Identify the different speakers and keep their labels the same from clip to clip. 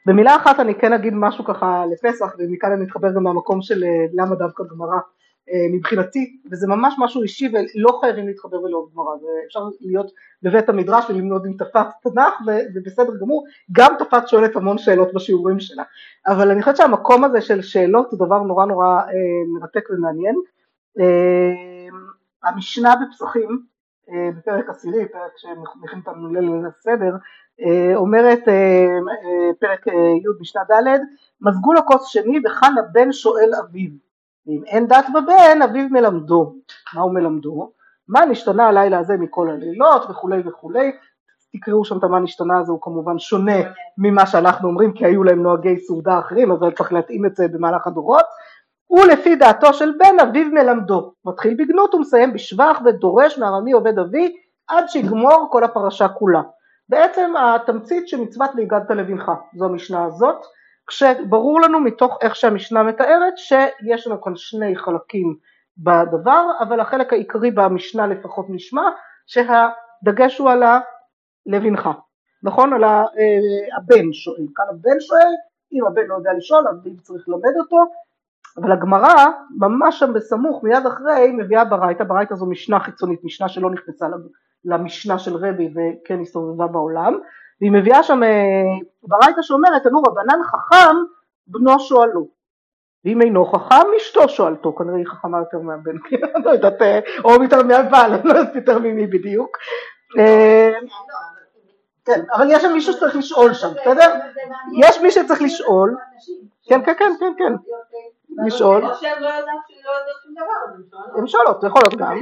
Speaker 1: במילה אחת אני כן אגיד משהו ככה לפסח, ומכאן אני אתחבר גם מהמקום של למה דווקא גמרא מבחינתי, וזה ממש משהו אישי ולא חייבים להתחבר ולעוד גמרא, ואפשר להיות בבית המדרש וללמוד עם תפת תנ"ך, ובסדר גמור, גם תפת שואלת המון שאלות בשיעורים שלה, אבל אני חושבת שהמקום הזה של שאלות הוא דבר נורא נורא מרתק ומעניין. המשנה בפסחים, בפרק עשירי, פרק שמכין אותנו ליל הסדר, אומרת פרק י' משנה ד', מזגו לו כוס שני וכאן הבן שואל אביו, ואם אין דת בבן אביו מלמדו. מה הוא מלמדו? מה נשתנה הלילה הזה מכל הלילות וכולי וכולי. תקראו שם את מה נשתנה, הזה הוא כמובן שונה ממה שאנחנו אומרים, כי היו להם נוהגי סעודה אחרים, אבל צריך להתאים את זה במהלך הדורות. ולפי דעתו של בן אביו מלמדו, מתחיל בגנות ומסיים בשבח ודורש מארמי עובד אבי עד שיגמור כל הפרשה כולה. בעצם התמצית שמצוות והגדת לבנך, זו המשנה הזאת, כשברור לנו מתוך איך שהמשנה מתארת שיש לנו כאן שני חלקים בדבר, אבל החלק העיקרי במשנה לפחות נשמע שהדגש הוא על לבנך, נכון? על הבן שואל, כאן הבן שואל, אם הבן לא יודע לשאול, אביו צריך ללמד אותו, אבל הגמרא ממש שם בסמוך מיד אחרי מביאה ברייתא, ברייתא זו משנה חיצונית, משנה שלא נכנסה למשנה של רבי וכן הסתובבה בעולם, והיא מביאה שם ברייתא שאומרת, תנו רבנן חכם בנו שואלו, ואם אינו חכם אשתו שואלתו, כנראה היא חכמה יותר מהבן, לא יודעת, או יותר מהבעל, לא יודעת יותר ממי בדיוק, כן, אבל יש שם מישהו שצריך לשאול שם, בסדר? יש מי שצריך לשאול, כן, כן, כן, כן, כן, לשאול, הם שואלות, זה יכול להיות גם,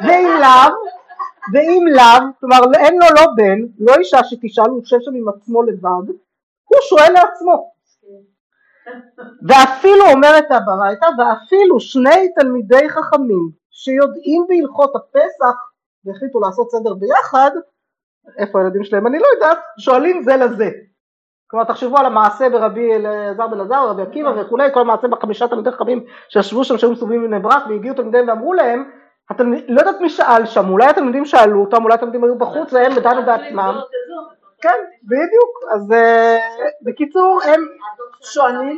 Speaker 1: ואם לאו, כלומר אין לו לא בן, לא אישה שתשאל, הוא חושב שם עם עצמו לבד, הוא שואל לעצמו, ואפילו אומרת הברייתא, ואפילו שני תלמידי חכמים שיודעים בהלכות הפסח, והחליטו לעשות סדר ביחד, איפה הילדים שלהם אני לא יודעת, שואלים זה לזה. כלומר תחשבו על המעשה ברבי אלעזר בן עזרא, רבי עקיבא וכולי, כל המעשה בחמישה תלמידי חכמים שישבו שם שהיו מסתובבים בבני ברק, והגיעו תלמידיהם ואמרו להם, לא יודעת מי שאל שם, אולי התלמידים שאלו אותם, אולי התלמידים היו בחוץ והם דנו בעצמם. כן, בדיוק. אז בקיצור הם שואלים,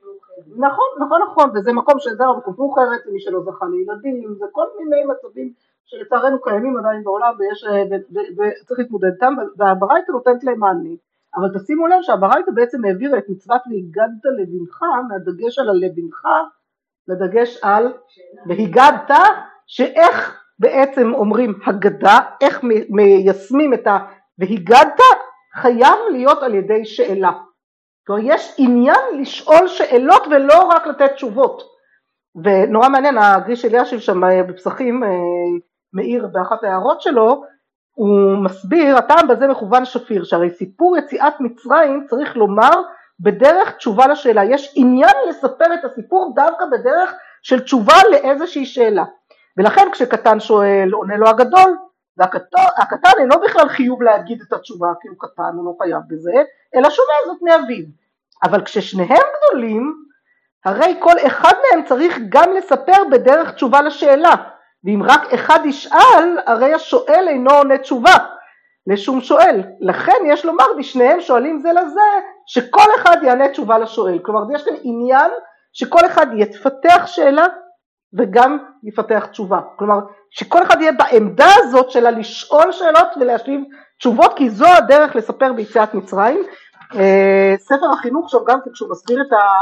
Speaker 1: נכון, וזה מקום שזה הרבה מאוחרת, מי שלא זכה לילדים, זה כל מיני מצבים שלצערנו קיימים עדיין בעולם וצריך להתמודד איתם, והברייתא נותנת להם מענה. אבל תשימו לב שהברייתא בעצם העבירה את מצוות והגדת לבנך, מהדגש על הלבנך, לדגש על והגדת, שאיך בעצם אומרים הגדה, איך מיישמים את והגדת, חייב להיות על ידי שאלה. כלומר יש עניין לשאול שאלות ולא רק לתת תשובות. ונורא מעניין, הגריש אלישיב שם בפסחים, מאיר באחת ההערות שלו, הוא מסביר, הטעם בזה מכוון שפיר, שהרי סיפור יציאת מצרים צריך לומר בדרך תשובה לשאלה, יש עניין לספר את הסיפור דווקא בדרך של תשובה לאיזושהי שאלה, ולכן כשקטן שואל עונה לו הגדול, והקטן אינו בכלל חיוב להגיד את התשובה כי הוא קטן, הוא לא חייב בזה, אלא שומע זאת מאביו, אבל כששניהם גדולים, הרי כל אחד מהם צריך גם לספר בדרך תשובה לשאלה, ואם רק אחד ישאל, הרי השואל אינו עונה תשובה לשום שואל. לכן יש לומר בשניהם שואלים זה לזה, שכל אחד יענה תשובה לשואל. כלומר, יש כאן עניין שכל אחד יפתח שאלה וגם יפתח תשובה. כלומר, שכל אחד יהיה בעמדה הזאת של לשאול שאלות ולהשלים תשובות, כי זו הדרך לספר ביציאת מצרים. ספר החינוך שם גם כשהוא מסביר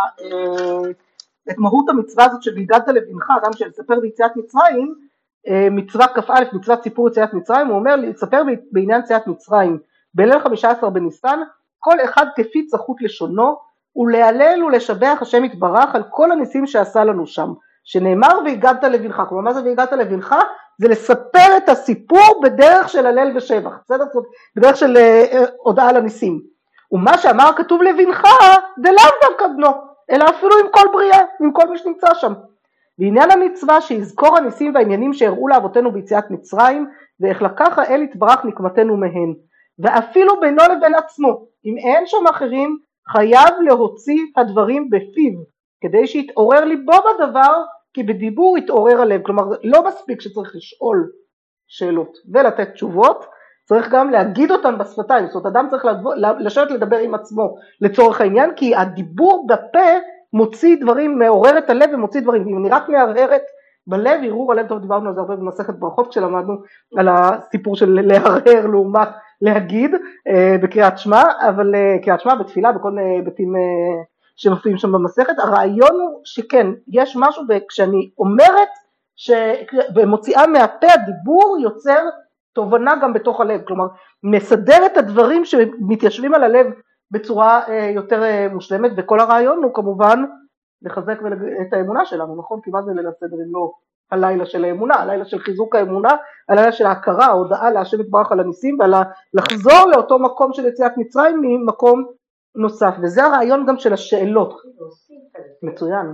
Speaker 1: את מהות המצווה הזאת של והגדת לבנך, גם של לספר ביציאת מצרים, מצווה כ"א, מצוות סיפור יציאת מצרים, הוא אומר לספר בעניין יציאת מצרים בליל 15 בניסן, כל אחד כפי צחות לשונו, ולהלל ולשבח השם יתברך על כל הניסים שעשה לנו שם, שנאמר והגדת לבנך. כלומר, מה זה והגדת לבנך? זה לספר את הסיפור בדרך של הלל ושבח, בסדר? בדרך של הודעה לניסים. ומה שאמר כתוב לבנך, זה לאו דווקא בנו, אלא אפילו עם כל בריאה, עם כל מי שנמצא שם. בעניין המצווה שיזכור הניסים והעניינים שהראו לאבותינו ביציאת מצרים, ואיך לקח האל יתברך נקמתנו מהן, ואפילו בינו לבין עצמו, אם אין שם אחרים, חייב להוציא הדברים בפיו, כדי שיתעורר ליבו בדבר, כי בדיבור יתעורר הלב. כלומר, לא מספיק שצריך לשאול שאלות ולתת תשובות, צריך גם להגיד אותן בשפתיים, זאת אומרת אדם צריך לשבת לדבר עם עצמו לצורך העניין, כי הדיבור בפה מוציא דברים, מעורר את הלב ומוציא דברים, אם אני רק מהרהרת בלב, ערעור הלב, טוב דיברנו על זה הרבה במסכת ברכות כשלמדנו על הסיפור של להרהר לעומת להגיד בקריאת שמע, אבל קריאת שמע בתפילה בכל מיני היבטים שמופיעים שם במסכת, הרעיון הוא שכן, יש משהו כשאני אומרת ומוציאה מהפה הדיבור יוצר תובנה גם בתוך הלב, כלומר מסדר את הדברים שמתיישבים על הלב בצורה יותר מושלמת, וכל הרעיון הוא כמובן לחזק את האמונה שלנו, נכון? כי מה זה ליל הסדר אם לא הלילה של האמונה, הלילה של חיזוק האמונה, הלילה של ההכרה, ההודעה להשם יתברך על הניסים, ולחזור לאותו מקום של יציאת מצרים ממקום נוסף, וזה הרעיון גם של השאלות. מצוין.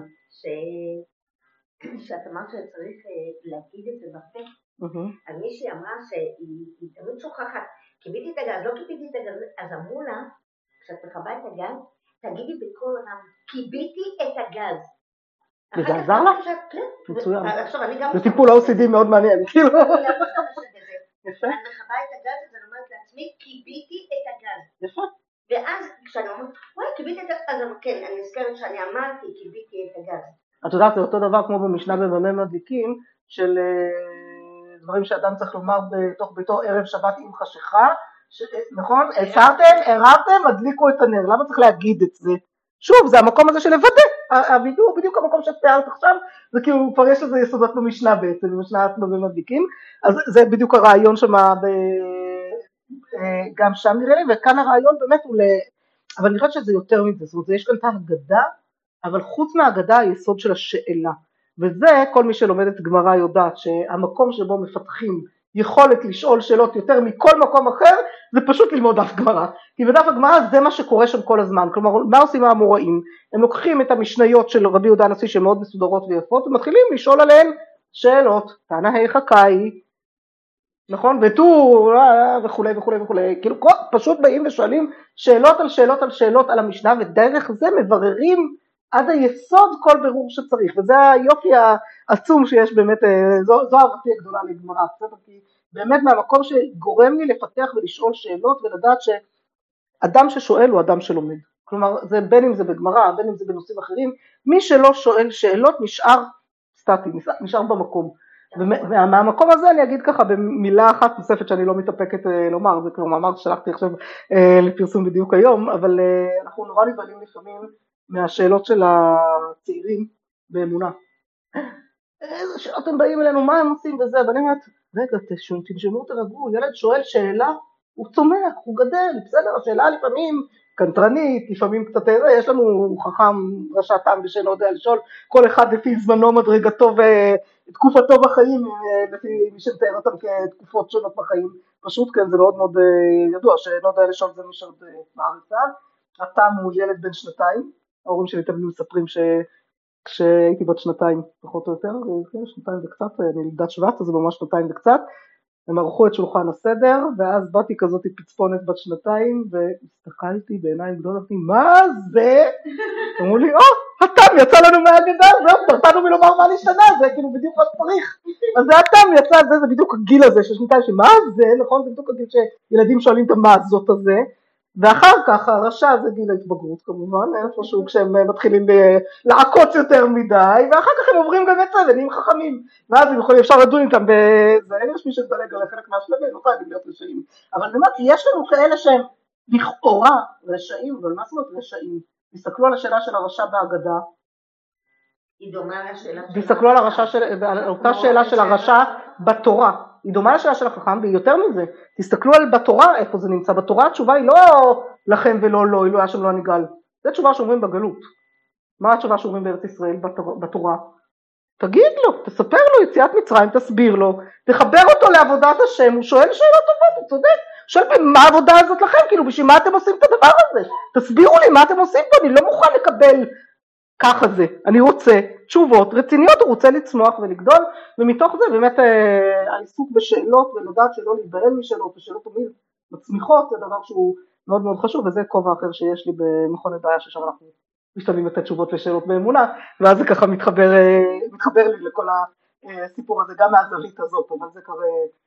Speaker 2: שאת אמרת שצריך להגיד את זה בפה, אז מישהי אמרה שהיא תמיד שוכחת, קיביתי את הגז, לא קיביתי את הגז, אז אמרו לה, כשאת מכבה את הגז, תגידי בקול רם, קיביתי את הגז.
Speaker 1: וזה עזר לך?
Speaker 2: כן.
Speaker 1: מצוין.
Speaker 2: זה
Speaker 1: טיפול OCD מאוד מעניין.
Speaker 2: אני מכבה את הגז, אז אני אומרת לעצמי, קיביתי את הגז.
Speaker 1: יפה.
Speaker 2: ואז כשאני אומרת, וואי, קיביתי את הגז, אז כן, אני נזכרת שאני אמרתי, קיביתי את הגז.
Speaker 1: את יודעת, זה אותו דבר כמו במשנה בבמה מדליקים, של דברים שאדם צריך לומר בתוך ביתו ערב שבת עם חשיכה, נכון? הרבתם, הדליקו את הנר, למה צריך להגיד את זה? שוב, זה המקום הזה של לוודא, הווידוא בדיוק המקום שאת תיארת עכשיו, זה כאילו כבר יש לזה יסודות במשנה בעצם, במשנה בבמה מדליקים, אז זה בדיוק הרעיון שמה גם שם נראה לי, וכאן הרעיון באמת הוא אבל אני חושבת שזה יותר מזה, זאת אומרת, יש כאן את ההגדה, אבל חוץ מההגדה היסוד של השאלה, וזה כל מי שלומד את גמרא יודעת שהמקום שבו מפתחים יכולת לשאול שאלות יותר מכל מקום אחר, זה פשוט ללמוד דף גמרא, כי בדף הגמרא זה מה שקורה שם כל הזמן, כלומר מה עושים האמוראים? הם לוקחים את המשניות של רבי יהודה הנשיא שהן מאוד מסודרות ויפות, ומתחילים לשאול עליהן שאלות, תנא היכא קאי, נכון? וטור וכולי וכולי וכולי, כאילו פשוט באים ושואלים שאלות על שאלות על שאלות על המשנה, ודרך זה מבררים עד היסוד כל ברור שצריך, וזה היופי העצום שיש באמת, זו אהבתי הגדולה לגמרא, כי באמת מהמקום שגורם לי לפתח ולשאול שאלות ולדעת שאדם ששואל הוא אדם שלומד, כלומר זה בין אם זה בגמרא, בין אם זה בנושאים אחרים, מי שלא שואל שאלות נשאר סטטי, נשאר במקום, ומהמקום הזה אני אגיד ככה במילה אחת נוספת שאני לא מתאפקת לומר, זה כמו מאמר ששלחתי עכשיו לפרסום בדיוק היום, אבל אנחנו נורא נבהלים לפעמים מהשאלות של הצעירים באמונה. איזה שאלות הם באים אלינו, מה הם עושים וזה, ואני אומרת, רגע, תנשמו תרגעו, ילד שואל שאלה, הוא צומח, הוא גדל, בסדר, השאלה לפעמים קנטרנית, לפעמים קצת, יש לנו חכם רשע תם ושאלה יודע לשאול, כל אחד לפי זמנו, מדרגתו ותקופתו בחיים, לפי מי שמתאר אותם כתקופות שונות בחיים, פשוט כן, זה מאוד מאוד ידוע, שלא יודע לשאול זה מי שעוד בארץ, התם הוא ילד בן 2, ההורים שלי תמיד מספרים שכשהייתי בת 2 פחות או יותר, 2 וקצת, אני לידת שבט, אז זה ממש 2 וקצת, הם ערכו את שולחן הסדר, ואז באתי כזאת פצפונת בת 2, והסתכלתי בעיניים גדולות, מה זה? אמרו לי, התם יצא לנו מהאגדה, זהו, פרטנו מלומר מה נשתנה, זה כאילו בדיוק מה שצריך, אז זה התם יצא, זה בדיוק הגיל הזה, של 2 שמה זה, נכון, זה בדיוק הגיל שילדים שואלים את מה זאת הזה, ואחר כך הרשע זה גיל ההתבגרות כמובן, איפשהו כשהם מתחילים לעקוץ יותר מדי, ואחר כך הם עוברים גם את זה ונהיים חכמים, ואז הם יכולים, אפשר לדון איתם בזה, אין יש מי שדלג על חלק מהשלבים, לא חייבים להיות רשעים, אבל באמת יש לנו כאלה שהם לכאורה רשעים, אבל מה זאת אומרת רשעים? תסתכלו על השאלה של הרשע בהגדה,
Speaker 2: היא דומה לשאלה של
Speaker 1: תסתכלו על אותה שאלה של הרשע בתורה, היא דומה לשאלה של החכם, והיא יותר מזה, תסתכלו על בתורה, איפה זה נמצא, בתורה התשובה היא לא לכם ולא לא, אלוהי השם לא נגאל, זה תשובה שאומרים בגלות, מה התשובה שאומרים בארץ ישראל בתורה? תגיד לו, תספר לו יציאת מצרים, תסביר לו, תחבר אותו לעבודת השם, הוא שואל שאלות טובות, הוא צודק, שואל מה העבודה הזאת לכם, כאילו בשביל מה אתם עושים את הדבר הזה, תסבירו לי מה אתם עושים פה, אני לא מוכן לקבל ככה זה, אני רוצה תשובות רציניות, הוא רוצה לצמוח ולגדול, ומתוך זה באמת העיסוק בשאלות ולדעת שלא להיבהל משאלות, ושאלות תמיד מצמיחות, זה דבר שהוא מאוד מאוד חשוב, וזה כובע אחר שיש לי במכון הדעה, ששם אנחנו משתדלים לתת תשובות לשאלות באמונה, ואז זה ככה מתחבר לי לכל הסיפור הזה, גם מהזווית הזאת, אבל זה קורה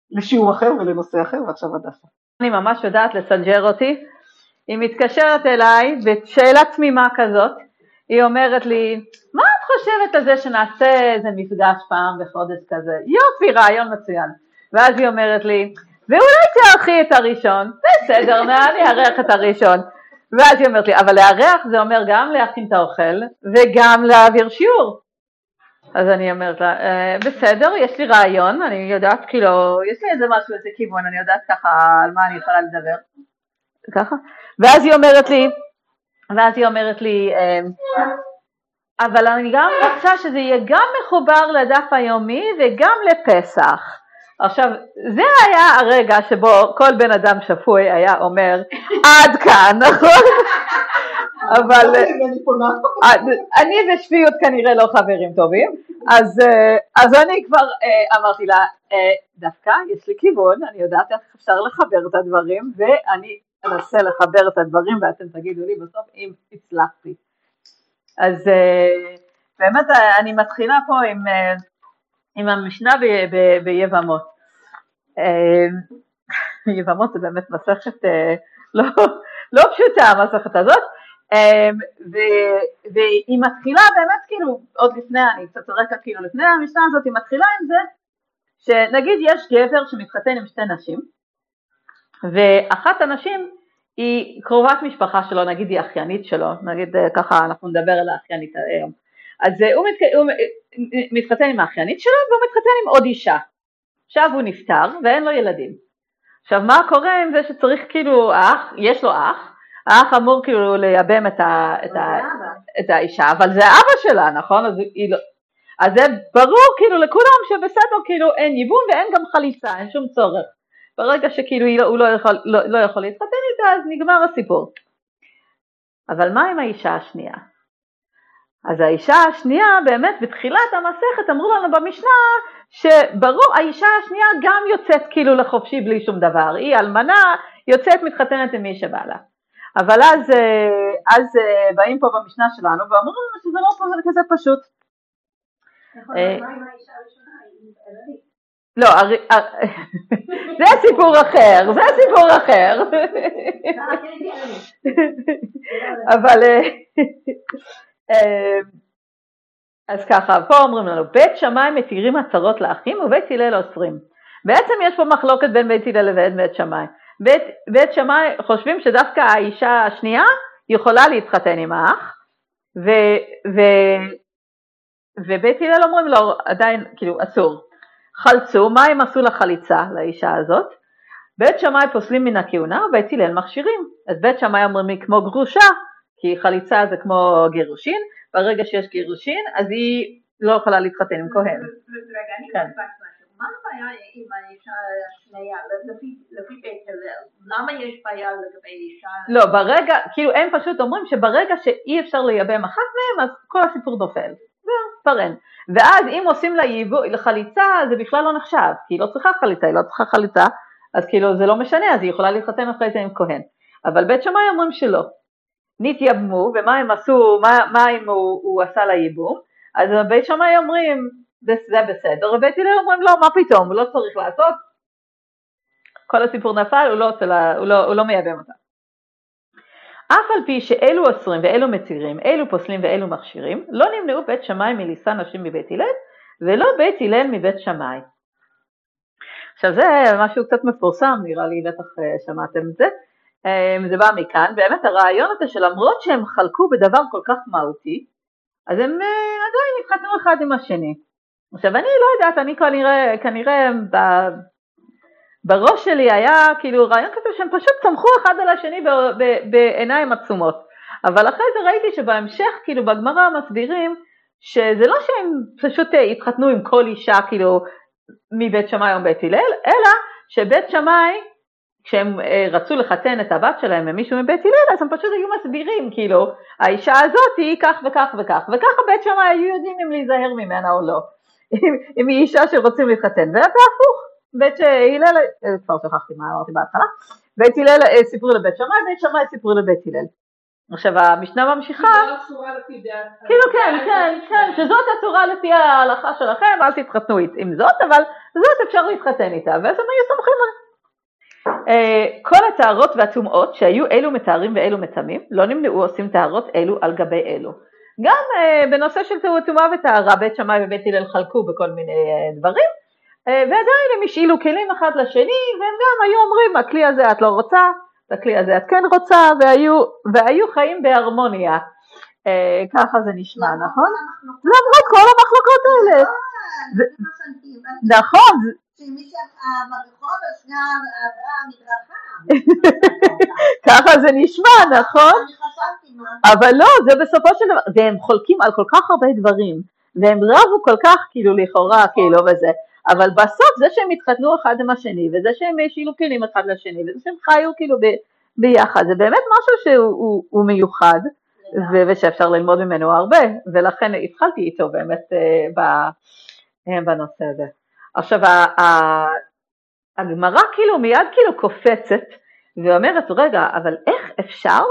Speaker 1: לשיעור אחר ולנושא אחר, ועכשיו הדסה.
Speaker 3: אני ממש יודעת לסנג'ר אותי, היא מתקשרת אליי בשאלה תמימה כזאת, היא אומרת לי, מה את חושבת על זה שנעשה איזה מפגש פעם בחודש כזה? יופי, רעיון מצוין. ואז היא אומרת לי, ואולי תארחי את הראשון, בסדר, אני אארח את הראשון. ואז היא אומרת לי, אבל לארח זה אומר גם להכין את האוכל, וגם להעביר שיעור. אז אני אומרת לה, בסדר, יש לי רעיון, אני יודעת, כאילו, יש לי איזה משהו, איזה כיוון, אני יודעת ככה על מה אני יכולה לדבר. ככה. ואז היא אומרת לי, אבל אני גם רוצה שזה יהיה גם מחובר לדף היומי וגם לפסח. עכשיו, זה היה הרגע שבו כל בן אדם שפוי היה אומר, עד כאן, נכון? אבל אני ושפיות כנראה לא חברים טובים, אז אני כבר אמרתי לה, דווקא יש לי כיוון, אני יודעת איך אפשר לחבר את הדברים, ואני אנסה לחבר את הדברים, ואתם תגידו לי בסוף אם הצלחתי. אז באמת אני מתחילה פה עם המשנה ביבמות. יבמות זה באמת מסכת לא פשוטה המסכת הזאת, והיא מתחילה באמת כאילו, עוד לפני, אני קצת רקע כאילו לפני המשנה הזאת, היא מתחילה עם זה, שנגיד יש גבר שמתחתן עם שתי נשים, ואחת הנשים היא קרובת משפחה שלו, נגיד היא אחיינית שלו, נגיד ככה אנחנו נדבר על האחיינית היום, אז הוא מתחתן עם האחיינית שלו, והוא מתחתן עם עוד אישה, עכשיו הוא נפטר ואין לו ילדים. עכשיו מה קורה עם זה שצריך כאילו אח, יש לו אח, האח אמור כאילו לייבם את האישה, אבל זה אבא שלה, נכון? אז זה ברור כאילו לכולם שבסדר כאילו אין ייבום ואין גם חליצה, אין שום צורך. ברגע שכאילו הוא לא יכול להתחתן איתה, אז נגמר הסיפור. אבל מה עם האישה השנייה? אז האישה השנייה באמת בתחילת המסכת אמרו לנו במשנה שברור האישה השנייה גם יוצאת כאילו לחופשי בלי שום דבר, היא אלמנה יוצאת מתחתנת עם מי שבעלה. אבל אז באים פה במשנה שלנו ואמרו לנו שזה לא פה זה כזה פשוט.
Speaker 2: נכון, מה עם האישה הראשונה?
Speaker 3: לא, זה סיפור אחר, זה סיפור אחר. אבל אז ככה, פה אומרים לנו, בית שמאי מתירים הצרות לאחים ובית הלל אוסרים. בעצם יש פה מחלוקת בין בית הלל לבין בית שמאי. בית שמאי חושבים שדווקא האישה השנייה יכולה להתחתן עם האח, ובית הלל אומרים לו, עדיין כאילו אסור. חלצו, מה הם עשו לחליצה לאישה הזאת? בית שמאי פוסלים מן הכהונה ובית הלל מכשירים. אז בית שמאי אומרים כמו גרושה, כי חליצה זה כמו גירושין, ברגע שיש גירושין אז היא לא יכולה להתחתן עם כהן.
Speaker 2: רגע, אני קצת משהו. מה הבעיה עם האישה השנייה, לפי בית הלל? למה יש בעיה לגבי אישה?
Speaker 3: לא, ברגע, כאילו הם פשוט אומרים שברגע שאי אפשר לייבם אחת מהם, אז כל הסיפור נופל. זהו, פרן. ואז אם עושים לה חליצה, זה בכלל לא נחשב, כי היא לא צריכה חליצה, היא לא צריכה חליצה, אז כאילו זה לא משנה, אז היא יכולה להתחתן אחרי זה עם כהן. אבל בית שמאי אומרים שלא. נתייבמו, ומה הם עשו, מה אם הוא עשה לה ייבום, אז בית שמאי אומרים, זה בסדר, ובית הלל אומרים לא, מה פתאום, הוא לא צריך לעשות, כל הסיפור נפל, הוא לא מייבם אותה. אף על פי שאלו אוסרים ואלו מתירים, אלו פוסלים ואלו מכשירים, לא נמנעו בית שמאי מלישא נשים מבית הלל, ולא בית הלל מבית שמאי. עכשיו זה משהו קצת מפורסם, נראה לי, בטח שמעתם את זה, זה בא מכאן, באמת הרעיון הזה שלמרות שהם חלקו בדבר כל כך מהותי, אז הם עדיין התחתנו אחד עם השני. עכשיו אני לא יודעת, אני כנראה בראש שלי היה כאילו רעיון כזה שהם פשוט צמחו אחד על השני בעיניים עצומות. אבל אחרי זה ראיתי שבהמשך כאילו בגמרא מסבירים שזה לא שהם פשוט התחתנו עם כל אישה כאילו מבית שמאי או בית הלל, אלא שבית שמאי כשהם רצו לחתן את הבת שלהם ממישהו מבית הלל, אז הם פשוט היו מסבירים כאילו האישה הזאת היא כך וכך וכך, וככה בית שמאי היו יודעים אם להיזהר ממנה או לא, אם היא אישה שרוצים להתחתן, והפוך. בית הלל, כבר שכחתי מה אמרתי בהתחלה, בית הלל סיפרו לבית שמאי, בית שמאי סיפרו לבית הלל. עכשיו המשנה ממשיכה, כאילו כן, שזאת הצורה לפי ההלכה שלכם, אל תתחתנו עם זאת, אבל זאת אפשר להתחתן איתה, ואז הם היו סומכים לה. כל הטהרות והטומאות שהיו אלו מתארים ואלו מטמאים, לא נמנעו עושים טהרות אלו על גבי אלו. גם בנושא של טומאה וטהרה, בית שמאי ובית הלל חלקו בכל מיני דברים, ועדיין הם השאילו כלים אחד לשני, והם גם היו אומרים, הכלי הזה את לא רוצה, הכלי הזה את כן רוצה, והיו חיים בהרמוניה. ככה זה נשמע, נכון? למרות כל המחלוקות האלה. נכון. ככה זה נשמע, נכון? אבל לא, זה בסופו של דבר, והם חולקים על כל כך הרבה דברים, והם רבו כל כך כאילו לכאורה כאילו וזה, אבל בסוף זה שהם התחתנו אחד עם השני, וזה שהם השאילו כלים אחד לשני, וזה שהם חיו כאילו ביחד, זה באמת משהו שהוא מיוחד, ושאפשר ללמוד ממנו הרבה, ולכן התחלתי איתו באמת בנושא הזה. עכשיו, הגמרא כאילו מיד כאילו קופצת, ואומרת, רגע, אבל איך אפשר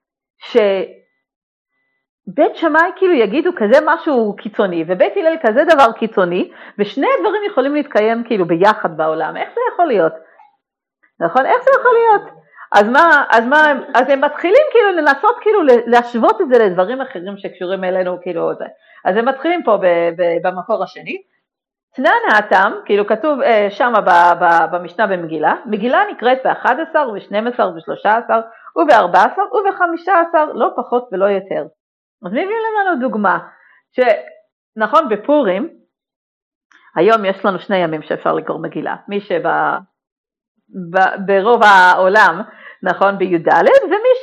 Speaker 3: שבית שמאי כאילו יגידו כזה משהו קיצוני, ובית הלל כזה דבר קיצוני, ושני הדברים יכולים להתקיים כאילו ביחד בעולם, איך זה יכול להיות? נכון? איך זה יכול להיות? אז הם מתחילים כאילו לנסות כאילו להשוות את זה לדברים אחרים שקשורים אלינו כאילו, אז הם מתחילים פה במקור השני, תנן האטם, כאילו כתוב שם במשנה במגילה, מגילה נקראת ב-11 וב-12 וב-13 וב-14 וב-15, לא פחות ולא יותר. אז מביאים לנו דוגמה, שנכון בפורים, היום יש לנו 2 ימים שאפשר לקרוא מגילה, מי ברוב העולם, נכון, בי"ד, ומי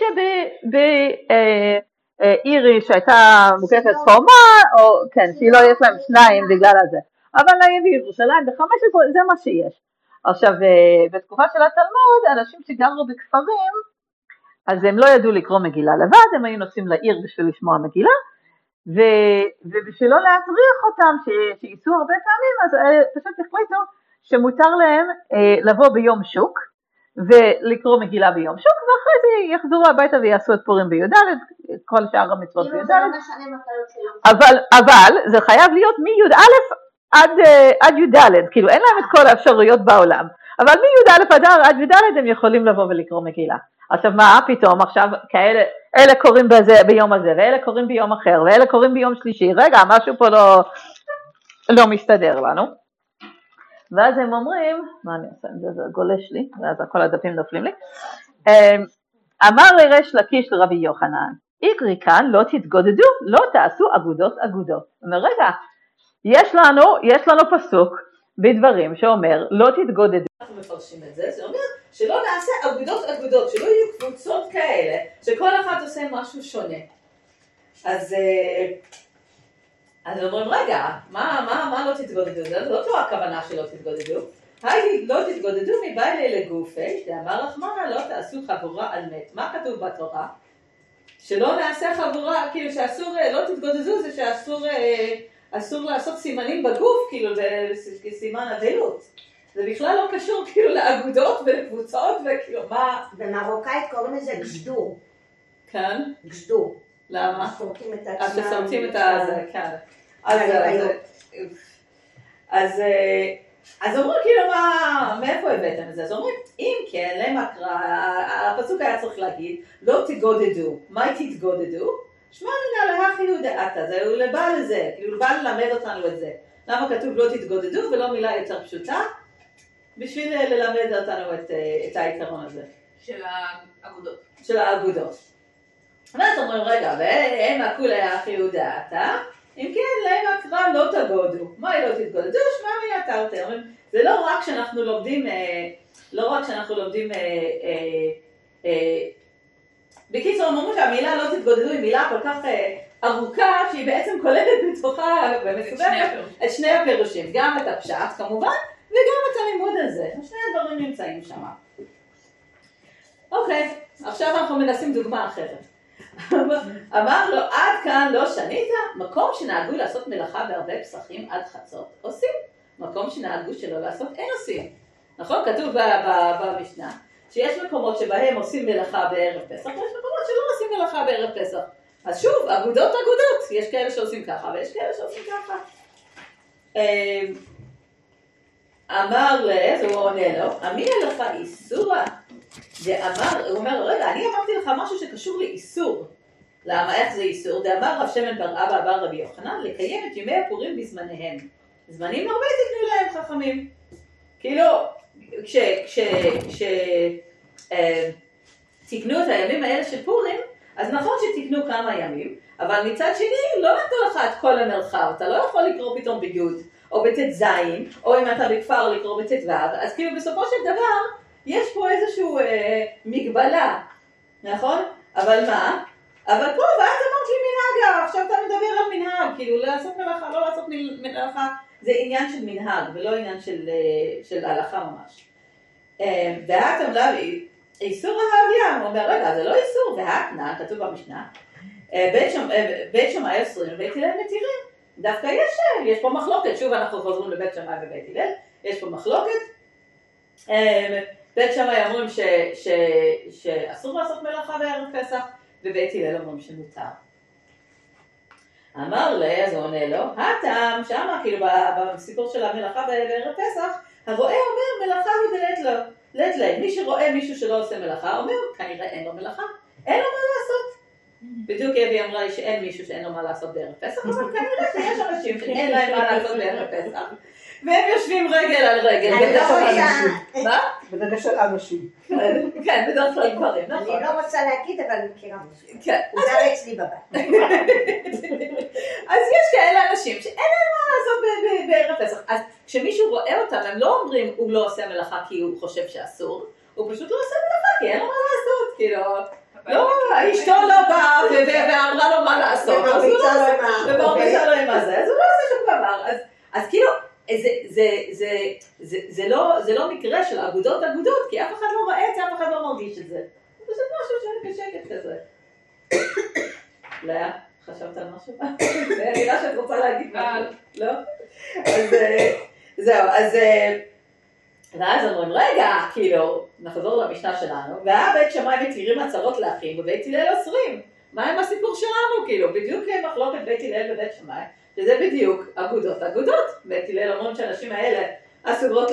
Speaker 3: שבעירי שהייתה מוקפת חומה, או כן, שהיא לא יש להם 2 בגלל הזה. אבל בירושלים ב-15 זה מה שיש. עכשיו, בתקופה של התלמוד, אנשים שגרו בכפרים, אז הם לא ידעו לקרוא מגילה לבד, הם היו נוסעים לעיר בשביל לשמוע מגילה, ובשביל לא להטריח אותם, שייסעו הרבה פעמים, אז פשוט החליטו שמותר להם לבוא ביום שוק, ולקרוא מגילה ביום שוק, ואחרי זה יחזרו הביתה ויעשו את פורים בי"ד, כל שאר המצוות בי"ד. אבל זה חייב להיות מי"א עד י"ד, כאילו אין להם את כל האפשרויות בעולם, אבל מי"א עד י"ד הם יכולים לבוא ולקרוא מגילה. עכשיו מה פתאום עכשיו כאלה, אלה קוראים ביום הזה, ואלה קוראים ביום אחר, ואלה קוראים ביום שלישי, רגע משהו פה לא מסתדר לנו. ואז הם אומרים, מה אני עושה, זה גולש לי, ואז כל הדפים נופלים לי, אמר לריש לקיש לרבי יוחנן, איקרי כאן לא תתגודדו, לא תעשו אגודות. אומר רגע, יש לנו פסוק בדברים שאומר לא תתגודדו. אנחנו מפרשים את זה, זה אומר שלא נעשה אגודות, שלא יהיו קבוצות כאלה, שכל אחד עושה משהו שונה. אז אומרים, רגע, מה לא תתגודדו? זאת לא הכוונה שלא תתגודדו. היי, לא תתגודדו מבעלי לגופי, שאמר רחמנא לא תעשו חבורה על מת. מה כתוב בתורה? שלא נעשה חבורה, כאילו שאסור, לא תתגודדו, זה שאסור לעשות סימנים בגוף, כאילו, כסימן אבלות. זה בכלל לא קשור כאילו לאגודות ולקבוצות וכאילו מה...
Speaker 2: במרוקאית קוראים לזה גשדור.
Speaker 3: כן?
Speaker 2: גשדור.
Speaker 3: למה?
Speaker 2: סורקים את עצמם.
Speaker 3: שסורקים את הזה, כן. אז אומרים כאילו מאיפה הבאתם את זה? אז אומרים, אם כן, למקרא, הפסוק היה צריך להגיד, לא תתגודדו. מה תתגודדו? שמע לנה להכי יודעתה, זה בא לזה, כאילו בא ללמד אותנו את זה. למה כתוב לא תתגודדו ולא מילה יותר פשוטה? בשביל ללמד אותנו את העיקרון הזה. של האגודות. ואז אומרים, רגע, והם הכולי הכי יודעתה, אם כן, להם הקרא לא תגודו. מה היא לא תתגודדו? שמע מי התרתי. אומרים, זה לא רק שאנחנו לומדים, בקיצור, אומרים שהמילה לא תתגודדו היא מילה כל כך ארוכה, שהיא בעצם כוללת בתוכה את שני הפירושים, גם את הפשט כמובן, וגם את הלימוד הזה. שני הדברים נמצאים שם. אוקיי, עכשיו אנחנו מנסים דוגמה אחרת. אמר לו, עד כאן לא שנית, מקום שנהגו לעשות מלאכה בהרבה פסחים עד חצות, עושים. מקום שנהגו שלא לעשות, אין עושים. נכון? כתוב במשנה, שיש מקומות שבהם עושים מלאכה בערב פסח, ויש מקומות שלא עושים מלאכה בערב פסח. אז שוב, אגודות, יש כאלה שעושים ככה ויש כאלה שעושים ככה. אמר לאז, הוא עונה לו, אמין לך איסורה? הוא אומר, רגע, אני אמרתי לך משהו שקשור לאיסור. למה, איך זה איסור? דאמר רב שמן בר אבא בר רבי יוחנן, לקיים את ימי הפורים בזמניהם. זמנים הרבה תתנו להם חכמים. כאילו, תקנו את הימים האלה של פורים, אז נכון שתקנו כמה ימים, אבל מצד שני לא נתנו לך את כל המרחב, אתה לא יכול לקרוא פתאום ביגוד, או בט"ז, או אם אתה בכפר לקרוא בט"ו, אז כאילו בסופו של דבר יש פה איזשהו מגבלה, נכון? אבל מה? אבל פה ואת אמרת לי מנהג, עכשיו אתה מדבר על מנהג, כאילו לעשות מלאכה, לא לעשות מלאכה, זה עניין של מנהג ולא עניין של הלכה ממש. ואת אמרה לי, איסור ההוויה, הוא אומר, רגע, זה לא איסור, והתנה, כתוב במשנה, בית שמאי אוסרים ובית הלל מתירים. דווקא יש פה מחלוקת, שוב אנחנו חוזרים לבית שמאי ובית הלל, יש פה מחלוקת. בית שמאי אומרים שאסור לעשות מלאכה בערב פסח, ובית הלל אומרים שמותר. אמר לי, אז הוא עונה לו, הטעם, שמה, כאילו בסיפור של המלאכה בערב פסח, הרואה אומר מלאכה ודלת לו. מי שרואה מישהו שלא עושה מלאכה, אומר, כנראה אין לו מלאכה, אין לו מה לעשות. בדיוק אבי אמרה לי שאין מישהו שאין לו מה לעשות בערב פסח, אבל כנראה שיש אנשים שאין להם מה לעשות בערב פסח, והם יושבים רגל על רגל. מה?
Speaker 1: בדגש של אנשים.
Speaker 3: כן, בדרך כלל גברים, נכון.
Speaker 2: אני לא רוצה להגיד, אבל מכירה משהו.
Speaker 3: כן.
Speaker 2: הוא גר אצלי בבית.
Speaker 3: אז יש כאלה אנשים שאין להם מה לעשות בערב פסח. אז כשמישהו רואה אותם, הם לא אומרים, הוא לא עושה מלאכה כי הוא חושב שאסור, הוא פשוט לא עושה מלאכה כי אין לו מה לעשות, כאילו. לא, אשתו לא באה ואמרה לו מה לעשות, אז הוא לא עושה, ומרביצה לו עם הזה, אז הוא לא עושה שום דבר. אז כאילו, זה לא מקרה של אגודות, כי אף אחד לא רואה את זה, אף אחד לא מרגיש את זה. זה פשוט משהו שאני בשקט כזה. לאה, חשבת על משהו? זה נראה שאת רוצה להגיד משהו, לא? אז זהו, ואז אומרים, רגע, כאילו, נחזור למשנה שלנו, והבית שמאי מתירים הצהרות לאחים, ובית הלל אוסרים. מה עם הסיפור שלנו? כאילו, בדיוק מחלוקת בית הלל ובית שמאי, שזה בדיוק אגודות. בית הלל אומרים שהאנשים האלה אסורות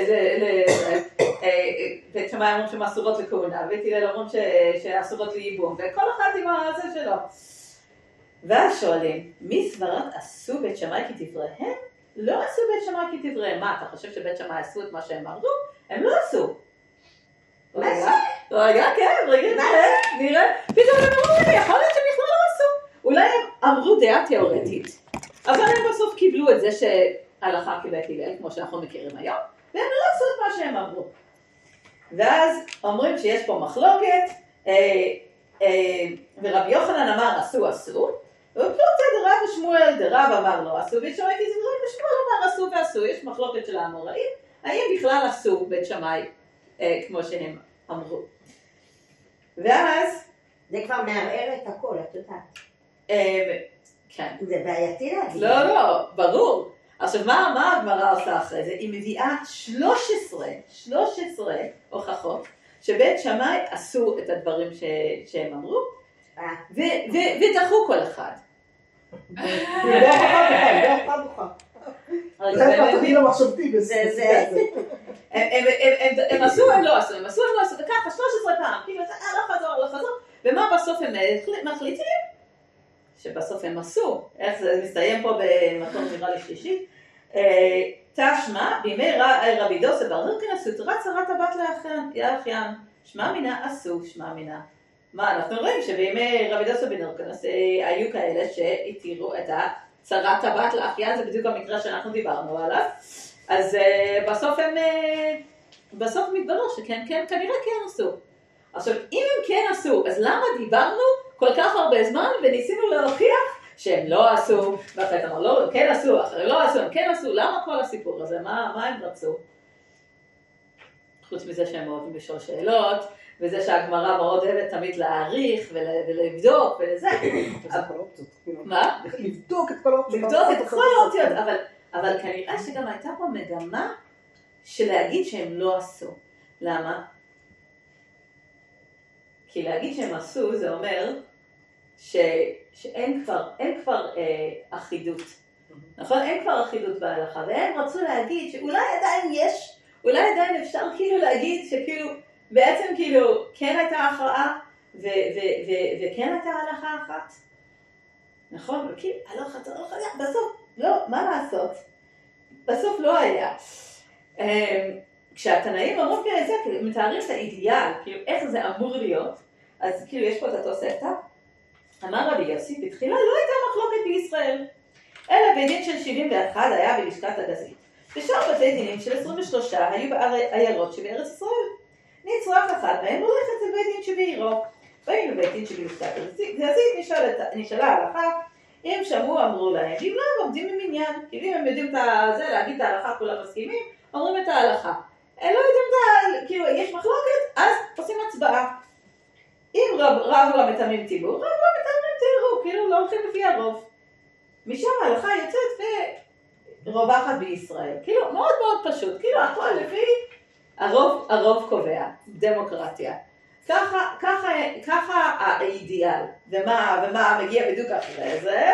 Speaker 3: בית שמאי אומרים שהן אסורות לכהונה, בית הלל אומרים שאסורות לייבום, וכל אחד עם הזה שלו. ואז שואלים, מי סברת עשו בית שמאי כדבריהם? לא עשו בית שמאי כדבריהם. מה, אתה חושב שבית שמאי עשו את מה שהם אמרו? הם לא עשו.
Speaker 2: מה זה?
Speaker 3: רגע, כן, נראה. פתאום הם אמרו, יכול להיות שהם בכלל לא עשו. אולי הם אמרו דעה תיאורטית, אבל הם בסוף קיבלו את זה שהלכה כבית הלל, כמו שאנחנו מכירים היום, והם לא עשו את מה שהם אמרו. ואז אומרים שיש פה מחלוקת, ורבי יוחנן אמר עשו, ופלוגתא דרב ושמואל דרב אמר לא עשו, בית שמאי כדבריהם ושמואל אמר עשו, יש מחלוקת של האמוראים, האם בכלל עשו בית שמאי כמו שהם אמרו. ואז
Speaker 2: זה כבר מערער את הכל, את יודעת.
Speaker 3: כן.
Speaker 2: זה בעייתי להגיד.
Speaker 3: לא, ברור. עכשיו מה הגמרא עושה אחרי זה? היא מביאה 13 הוכחות שבית שמאי עשו את הדברים שהם אמרו, ודחו כל אחד.
Speaker 1: זה התרגיל המחשבתי בזה.
Speaker 3: הם עשו, הם לא עשו, וככה 13 פעם, כאילו לא חזור, ומה בסוף הם מחליטים? שבסוף הם עשו. איך זה מסתיים פה במקום נראה לי שלישי? תשמע, בימי רבי דוסה בר הרקנס סותרה צרת הבת לאחיין, שמע מינה עשו, שמע מינה. מה, אנחנו רואים שבימי רבי דוסה בן הרקנס היו כאלה שהתירו את צרת הבת לאחיין, זה בדיוק המקרה שאנחנו דיברנו עליו. אז בסוף מתברר שכן, כנראה כן עשו. עכשיו, אם הם כן עשו, אז למה דיברנו כל כך הרבה זמן וניסינו להוכיח שהם לא עשו, ואחרי אמרו, לא, הם כן עשו, אחרי לא עשו, הם כן עשו, למה כל הסיפור הזה? מה הם רצו? חוץ מזה שהם אוהבים לשאול שאלות, וזה שהגמרא מאוד אוהבת תמיד להעריך ולבדוק ולזה. מה?
Speaker 1: לבדוק את כל האופציות.
Speaker 3: לבדוק את כל האופציות, אבל כנראה שגם הייתה פה מגמה של להגיד שהם לא עשו. למה? כי להגיד שהם עשו זה אומר שאין כבר אחידות. נכון? אין כבר אחידות בהלכה, והם רצו להגיד שאולי עדיין יש, אולי עדיין אפשר כאילו להגיד שכאילו, בעצם כאילו כן הייתה הכרעה, וכן הייתה הלכה אחת. נכון? וכאילו, הלכה, בסוף, לא, מה לעשות? בסוף לא היה. כשהתנאים אמרו כאלה, כאילו, מתארים את האידיאל, כאילו, איך זה אמור להיות, אז כאילו, יש פה את התוספתא. אמר רבי יוסי, בתחילה לא הייתה מחלוקת בישראל, אלא בית דין של 71 היה בלשכת הגזית. ושאר בתי דינים של 23 היו בעיירות שבארץ ישראל. נצרף אחד מהם הולך אצל בית דין שבעירו. באים לבית דין שבלשכת הגזית, נשאלה ההלכה, אם שמעו אמרו להם, אם לא הם עומדים עם עניין, כאילו אם הם יודעים את זה, להגיד את ההלכה, כולם מסכימים, אומרים את ההלכה. הם לא יודעים כאילו יש מחלוקת, אז עושים הצבעה. אם רבו המתאמים טיבו, רבו המתאמים תראו, כאילו לא הולכים לפי הרוב. משם ההלכה יוצאת ורווחת בישראל. כאילו מאוד מאוד פשוט, כאילו הכל לפי הרוב קובע, דמוקרטיה. ככה האידיאל, ומה מגיע בדיוק אחרי זה.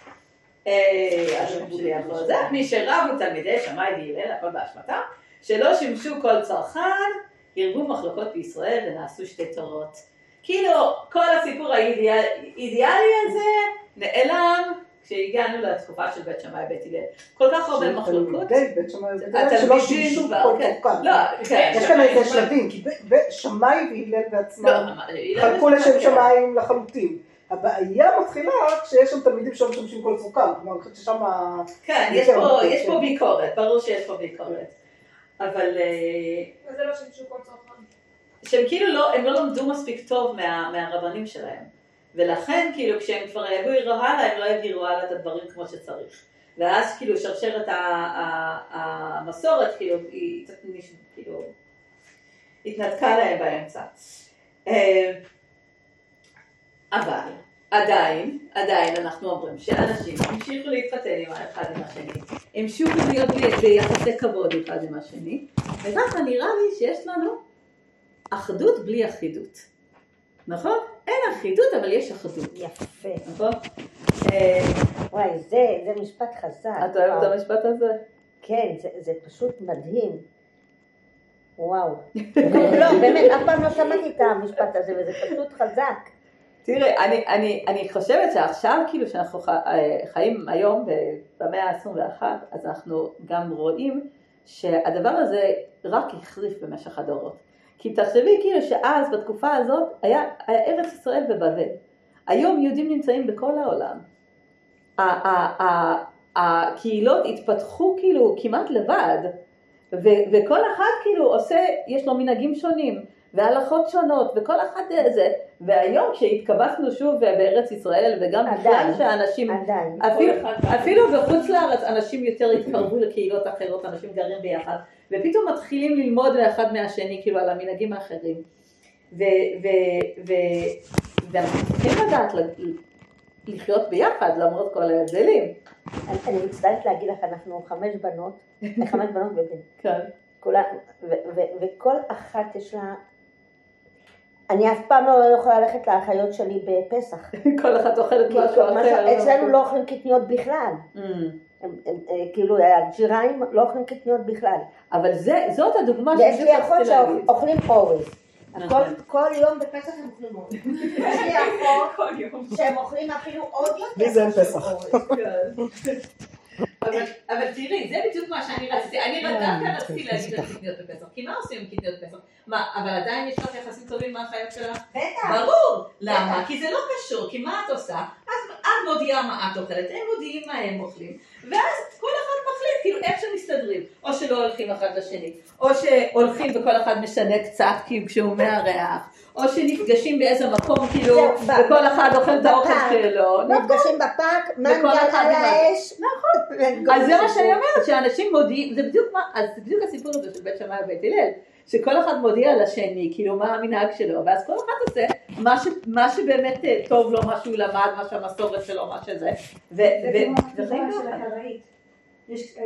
Speaker 3: מי שרבו תלמידי שמאי והלל, הכל באשמתם, שלא שימשו כל צרכן, ירבו מחלוקות בישראל ונעשו שתי תורות. כאילו כל הסיפור האידיאלי הזה נעלם כשהגענו לתקופה של בית שמאי ובית הלל. כל כך הרבה מחלוקות.
Speaker 1: בית שמאי ובית הלל שלא שימשו כל צרכן. יש כאן איזה שלבים, כי שמאי והלל בעצמם חלקו לשם שמיים לחלוטין. הבעיה מתחילה כשיש שם תלמידים שלא משמשים כל צרכן. כלומר, אני חושבת ששם...
Speaker 3: כן, יש פה ביקורת, ברור שיש פה ביקורת. אבל...
Speaker 4: וזה לא שימשו כל צרכן.
Speaker 3: שהם כאילו לא, הם לא למדו מספיק טוב מהרבנים שלהם. ולכן כאילו כשהם כבר העבירו הלאה, הם לא העבירו הלאה את הדברים כמו שצריך. ואז כאילו שרשרת המסורת כאילו, היא התנתקה להם באמצע. אבל עדיין אנחנו אומרים שאנשים המשיכו להתחתן עם האחד עם השני, המשיכו להיות ביחסי כבוד אחד עם השני, וככה נראה לי שיש לנו אחדות בלי אחידות. נכון? אין אחידות, אבל יש אחדות.
Speaker 2: יפה.
Speaker 3: נכון?
Speaker 2: וואי, זה משפט חזק.
Speaker 3: את אוהבת את המשפט הזה?
Speaker 2: כן, זה פשוט מדהים. וואו. לא, באמת, אף פעם לא שמעתי את המשפט הזה, וזה פשוט חזק.
Speaker 3: תראי, אני חושבת שעכשיו, כאילו שאנחנו חיים היום במאה ה-21, אז אנחנו גם רואים שהדבר הזה רק החריף במשך הדורות. כי תחשבי כאילו שאז בתקופה הזאת היה ארץ ישראל ובבל. היום יהודים נמצאים בכל העולם. הקהילות התפתחו כאילו כמעט לבד, וכל אחד כאילו עושה, יש לו מנהגים שונים, והלכות שונות, וכל אחד זה. והיום כשהתקבצנו שוב בארץ ישראל, וגם בכלל שאנשים, אפילו בחוץ לארץ, אנשים יותר התקרבו לקהילות אחרות, אנשים גרים ביחד, ופתאום מתחילים ללמוד לאחד מהשני, כאילו על המנהגים האחרים. ואנחנו צריכים לדעת לחיות ביחד, למרות כל ההבדלים.
Speaker 2: אני מצטערת להגיד לך, אנחנו 5 בנות בבן.
Speaker 3: כן.
Speaker 2: וכל אחת יש לה... אני אף פעם לא יכולה ללכת לאחיות שלי בפסח.
Speaker 3: כל אחת אוכלת משהו אחר.
Speaker 2: אצלנו לא אוכלים קטניות בכלל. כאילו הג'יריים לא אוכלים קטניות בכלל.
Speaker 3: אבל זאת הדוגמה
Speaker 2: ויש לי אחות שאוכלים אורז. כל יום בפסח הם אוכלים אורז. יש לי אחות שהם אוכלים אפילו עוד יותר.
Speaker 1: מי זה פסח?
Speaker 3: אבל תראי, זה בדיוק מה שאני רציתי. אני דווקא רציתי להגיד על קטניות בפסח. כי מה עושים עם קטניות בפסח? מה, אבל עדיין יש לך יחסים טובים מהחיות שלך?
Speaker 2: בטח.
Speaker 3: ברור. למה? כי זה לא קשור. כי מה את עושה? אז את מודיעה מה את אוכלת, הם מודיעים מה הם אוכלים, ואז כל אחד מחליט, כאילו איך שמסתדרים. או שלא הולכים אחד לשני, או שהולכים וכל אחד משנה קצת, כאילו כשהוא מארח. או שנפגשים באיזה מקום, כאילו, וכל אחד אוכל את האוכל שלו.
Speaker 2: נפגשים בפארק, מנגל על האש.
Speaker 3: נכון. אז זה מה שאני אומרת, שאנשים מודיעים, זה בדיוק הסיפור הזה של בית שמאי ובית הלל, שכל אחד מודיע לשני, כאילו, מה המנהג שלו, ואז כל אחד עושה מה שבאמת טוב לו, מה שהוא למד, מה שהמסורת שלו, מה שזה.
Speaker 4: זה כמו הכתובה של הקראית. יש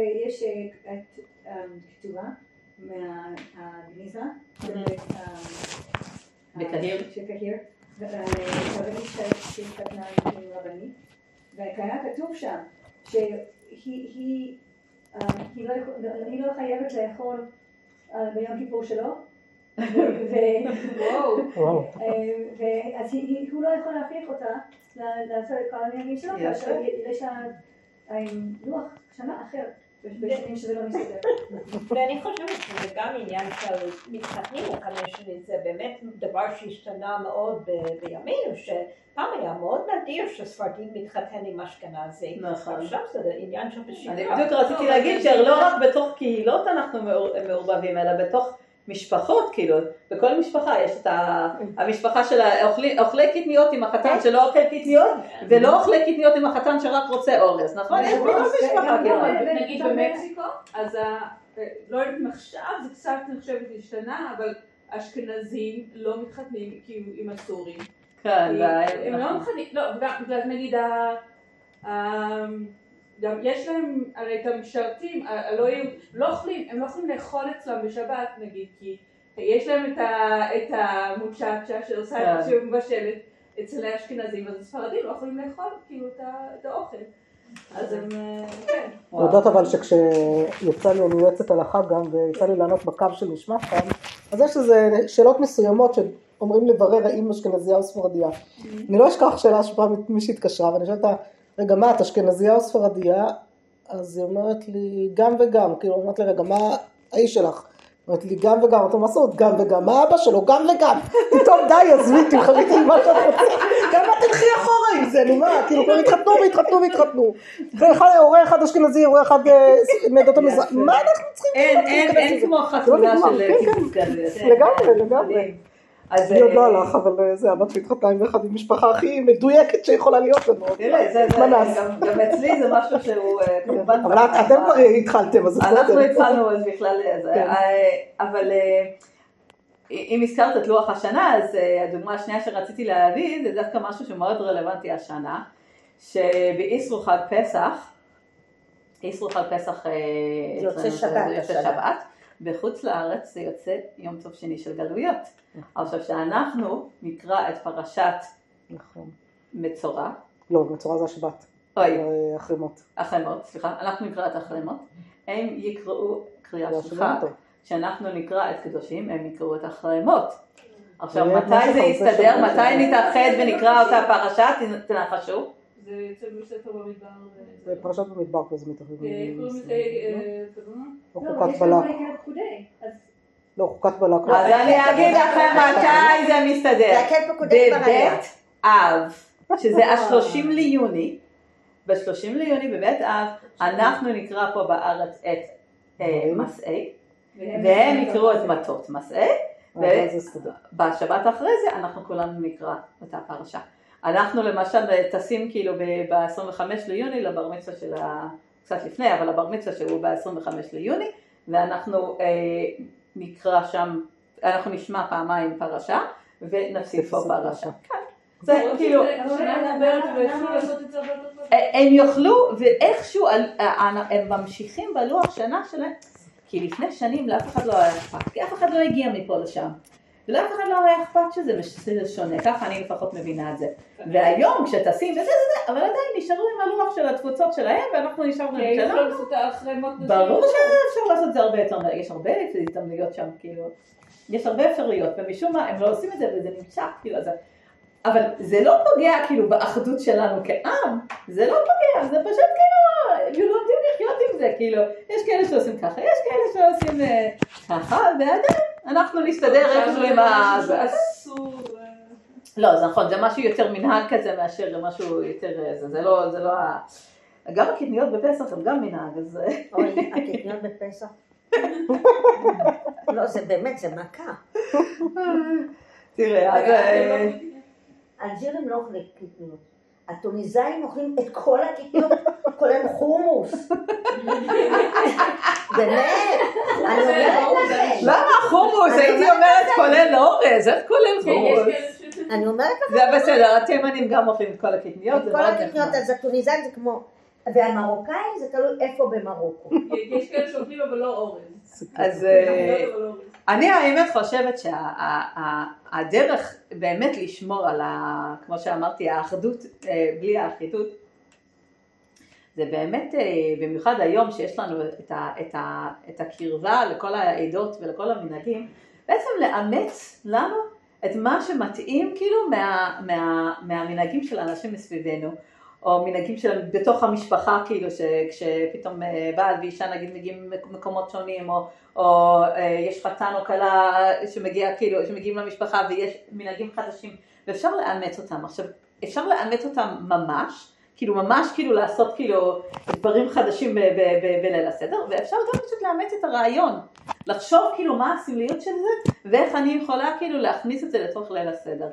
Speaker 4: כתובה מהגניזה,
Speaker 3: בקהיר?
Speaker 4: שקהיר, חברית שהתחתנה עם רבנית, וכהיה כתוב שם שהיא לא חייבת לאכול ביום כיפור שלו, אז הוא לא יכול להפריך אותה לעשות את כל העניינים שלו, כאשר יש לה לוח שנה אחר. בשנים שזה לא מסתדר.
Speaker 2: ואני חושבת שזה גם עניין של מתחתנים ל5 שנים, זה באמת דבר שהשתנה מאוד בימינו, שפעם היה מאוד נדיר שספרדים מתחתן עם אשכנזי. עכשיו זה עניין של בשירה.
Speaker 3: אני בדיוק רציתי להגיד שלא רק בתוך קהילות אנחנו מעורבבים, אלא בתוך משפחות, כאילו, בכל משפחה יש את המשפחה של אוכלי קטניות עם החתן שלא אוכל קטניות, ולא אוכלי קטניות עם החתן שרק רוצה אורז, נכון? יש בכל משפחה, כאילו.
Speaker 5: נגיד במקסיקו, אז לא יודעת אם עכשיו זה קצת נחשבת להשתנה, אבל אשכנזים לא מתחתנים כאילו עם הסורים.
Speaker 3: כן,
Speaker 5: הם לא מתחתנים, לא, בגלל נגיד גם יש להם הרי את המשרתים, הם לא יכולים לאכול אצלם בשבת נגיד, כי יש להם את המוצ'צ'ה שעושה את שמבשלת אצל האשכנזים, אז הספרדים לא יכולים לאכול כאילו את האוכל. אז הם, כן.
Speaker 1: יודעת אבל שכשיצא לי, אני יועצת הלכה גם, ויצא לי לענות בקו של נשמע כאן, אז יש איזה שאלות מסוימות שאומרים לברר האם אשכנזיה או ספרדיה. אני לא אשכח שאלה שפעם מי שהתקשרה, ואני שואלת, רגע, מה, את אשכנזיה או ספרדיה? אז היא אומרת לי, גם וגם, כאילו, אומרת לי, רגע, מה האיש שלך? אומרת לי, גם וגם, אתה מסעות, גם וגם, מה אבא שלו? גם וגם. פתאום די, עזבי, תבחרי לי מה שאת רוצה. גם מה תלכי אחורה עם זה, נו מה, כאילו, כבר התחתנו. הורה אחד אשכנזי, הורה אחד מעדות המזרח, מה אנחנו צריכים?
Speaker 3: אין כמו חתונה של קיבוץ כזה.
Speaker 1: לגמרי. אני עוד לא הלך, אבל זה הבת שהתחתנה עם אחד עם משפחה הכי מדויקת שיכולה להיות לנו.
Speaker 3: תראה, גם אצלי זה משהו שהוא כמובן...
Speaker 1: אבל אתם כבר התחלתם, אז בסדר.
Speaker 3: אנחנו התחלנו אז בכלל, אבל אם הזכרת את לוח השנה, אז הדוגמה השנייה שרציתי להביא, זה דווקא משהו שמאוד רלוונטי השנה, שבאיסרו חג פסח,
Speaker 2: יוצא שבת.
Speaker 3: בחוץ לארץ זה יוצא יום טוב שני של גלויות. עכשיו שאנחנו נקרא את פרשת מצורע.
Speaker 1: לא, מצורע זה השבת. החרימות.
Speaker 3: סליחה. אנחנו נקרא את החרימות. הם יקראו קריאה של חג. כשאנחנו נקרא את קדושים, הם יקראו את החרימות. עכשיו, מתי זה יסתדר? מתי נתאחד ונקרא אותה פרשת? תנחשו.
Speaker 5: זה יוצא בספר במדבר.
Speaker 1: זה פרשת במדבר כזה מתאחד.
Speaker 4: לא, יש לנו עיקר פקודי.
Speaker 1: לא, חוקת בלק.
Speaker 3: אז אני אגיד לכם מתי זה מסתדר. בבית אב, שזה ה-30 ליוני, ב-30 ליוני בבית אב, אנחנו נקרא פה בארץ את מסעי, והם יקראו את מטות מסעי, ובשבת אחרי זה אנחנו כולנו נקרא את הפרשה. אנחנו למשל טסים כאילו ב-25 ליוני לבר מצווה של קצת לפני, אבל הבר מצווה שהוא ב-25 ליוני, ואנחנו נקרא שם, אנחנו נשמע פעמיים פרשה, ונפסיד פה פרשה. זה כאילו, הם יוכלו, ואיכשהו הם ממשיכים בלוח שנה שלהם, כי לפני שנים לאף אחד לא היה אכפת, כי אף אחד לא הגיע מפה לשם. ולאף אחד לא היה אכפת שזה שונה, ככה אני לפחות מבינה את זה. והיום כשטסים וזה, אבל עדיין נשארו עם הלוח של התפוצות שלהם, ואנחנו נשארנו עם שלנו. ברור שאפשר לעשות את זה הרבה יותר, יש הרבה הזדמנויות שם, כאילו, יש הרבה אפשרויות, ומשום מה הם לא עושים את זה וזה נמשך, כאילו, אבל זה לא פוגע כאילו באחדות שלנו כעם, זה לא פוגע, זה פשוט כאילו, לומדים לחיות עם זה, כאילו, יש כאלה שעושים ככה, יש כאלה שעושים ככה, ועדיין אנחנו נסתדר איכשהו עם לא, זה נכון, זה משהו יותר מנהג כזה מאשר משהו יותר, זה לא, גם הקטניות בפסח הם גם מנהג, אז...
Speaker 2: אוי, הקטניות בפסח? לא, זה באמת, זה מכה.
Speaker 3: תראה, אז...
Speaker 2: אלג'ירים לא אוכלים קטניות. הטוניסאים אוכלים את כל הקטניות, כולל חומוס. באמת, אני אומרת לכם.
Speaker 3: למה חומוס? הייתי אומרת כולל אורז, איך כולל חומוס?
Speaker 2: אני אומרת לכם.
Speaker 3: זה בסדר, התימנים גם אוכלים את כל הקטניות.
Speaker 2: את כל הקטניות, אז הטוניסאים זה כמו והמרוקאים זה תלוי איפה במרוקו.
Speaker 5: יש כאלה שאוכלים אבל לא אורז.
Speaker 3: אז אני האמת חושבת שהדרך באמת לשמור על, כמו שאמרתי, האחדות בלי האחידות, זה באמת, במיוחד היום שיש לנו את הקרבה לכל העדות ולכל המנהגים, בעצם לאמץ לנו את מה שמתאים כאילו מהמנהגים של האנשים מסביבנו, או מנהגים של בתוך המשפחה, כאילו שפתאום בעל ואישה נגיד מגיעים מקומות שונים, או יש חתן או כלה שמגיעים למשפחה ויש מנהגים חדשים, ואפשר לאמץ אותם. עכשיו, אפשר לאמץ אותם ממש כאילו לעשות כאילו דברים חדשים בליל הסדר, ואפשר גם פשוט לאמץ את הרעיון, לחשוב כאילו מה הסמליות של זה, ואיך אני יכולה כאילו להכניס את זה לתוך ליל הסדר.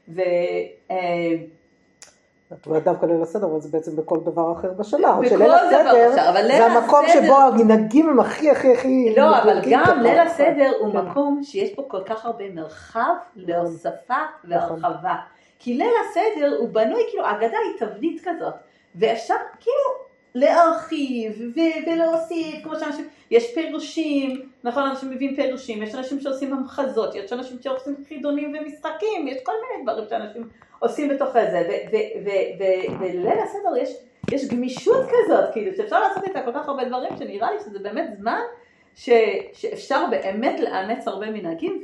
Speaker 1: את אומרת דווקא ליל הסדר, אבל זה בעצם בכל דבר אחר בשנה.
Speaker 3: בכל דבר אחר,
Speaker 1: זה המקום שבו המנהגים הם הכי
Speaker 3: לא, אבל גם ליל הסדר הוא מקום שיש פה כל כך הרבה מרחב להוספה והרחבה. כי ליל הסדר הוא בנוי, כאילו האגדה היא תבנית כזאת, ואפשר כאילו להרחיב ולהוסיף, כמו שאנשים, יש פירושים, נכון, אנשים מביאים פירושים, יש אנשים שעושים המחזות, יש אנשים שעושים חידונים ומשחקים, יש כל מיני דברים שאנשים עושים בתוך זה, וליל הסדר יש גמישות כזאת, כאילו שאפשר לעשות איתה כל כך הרבה דברים, שנראה לי שזה באמת זמן שאפשר באמת לאמץ הרבה מנהגים,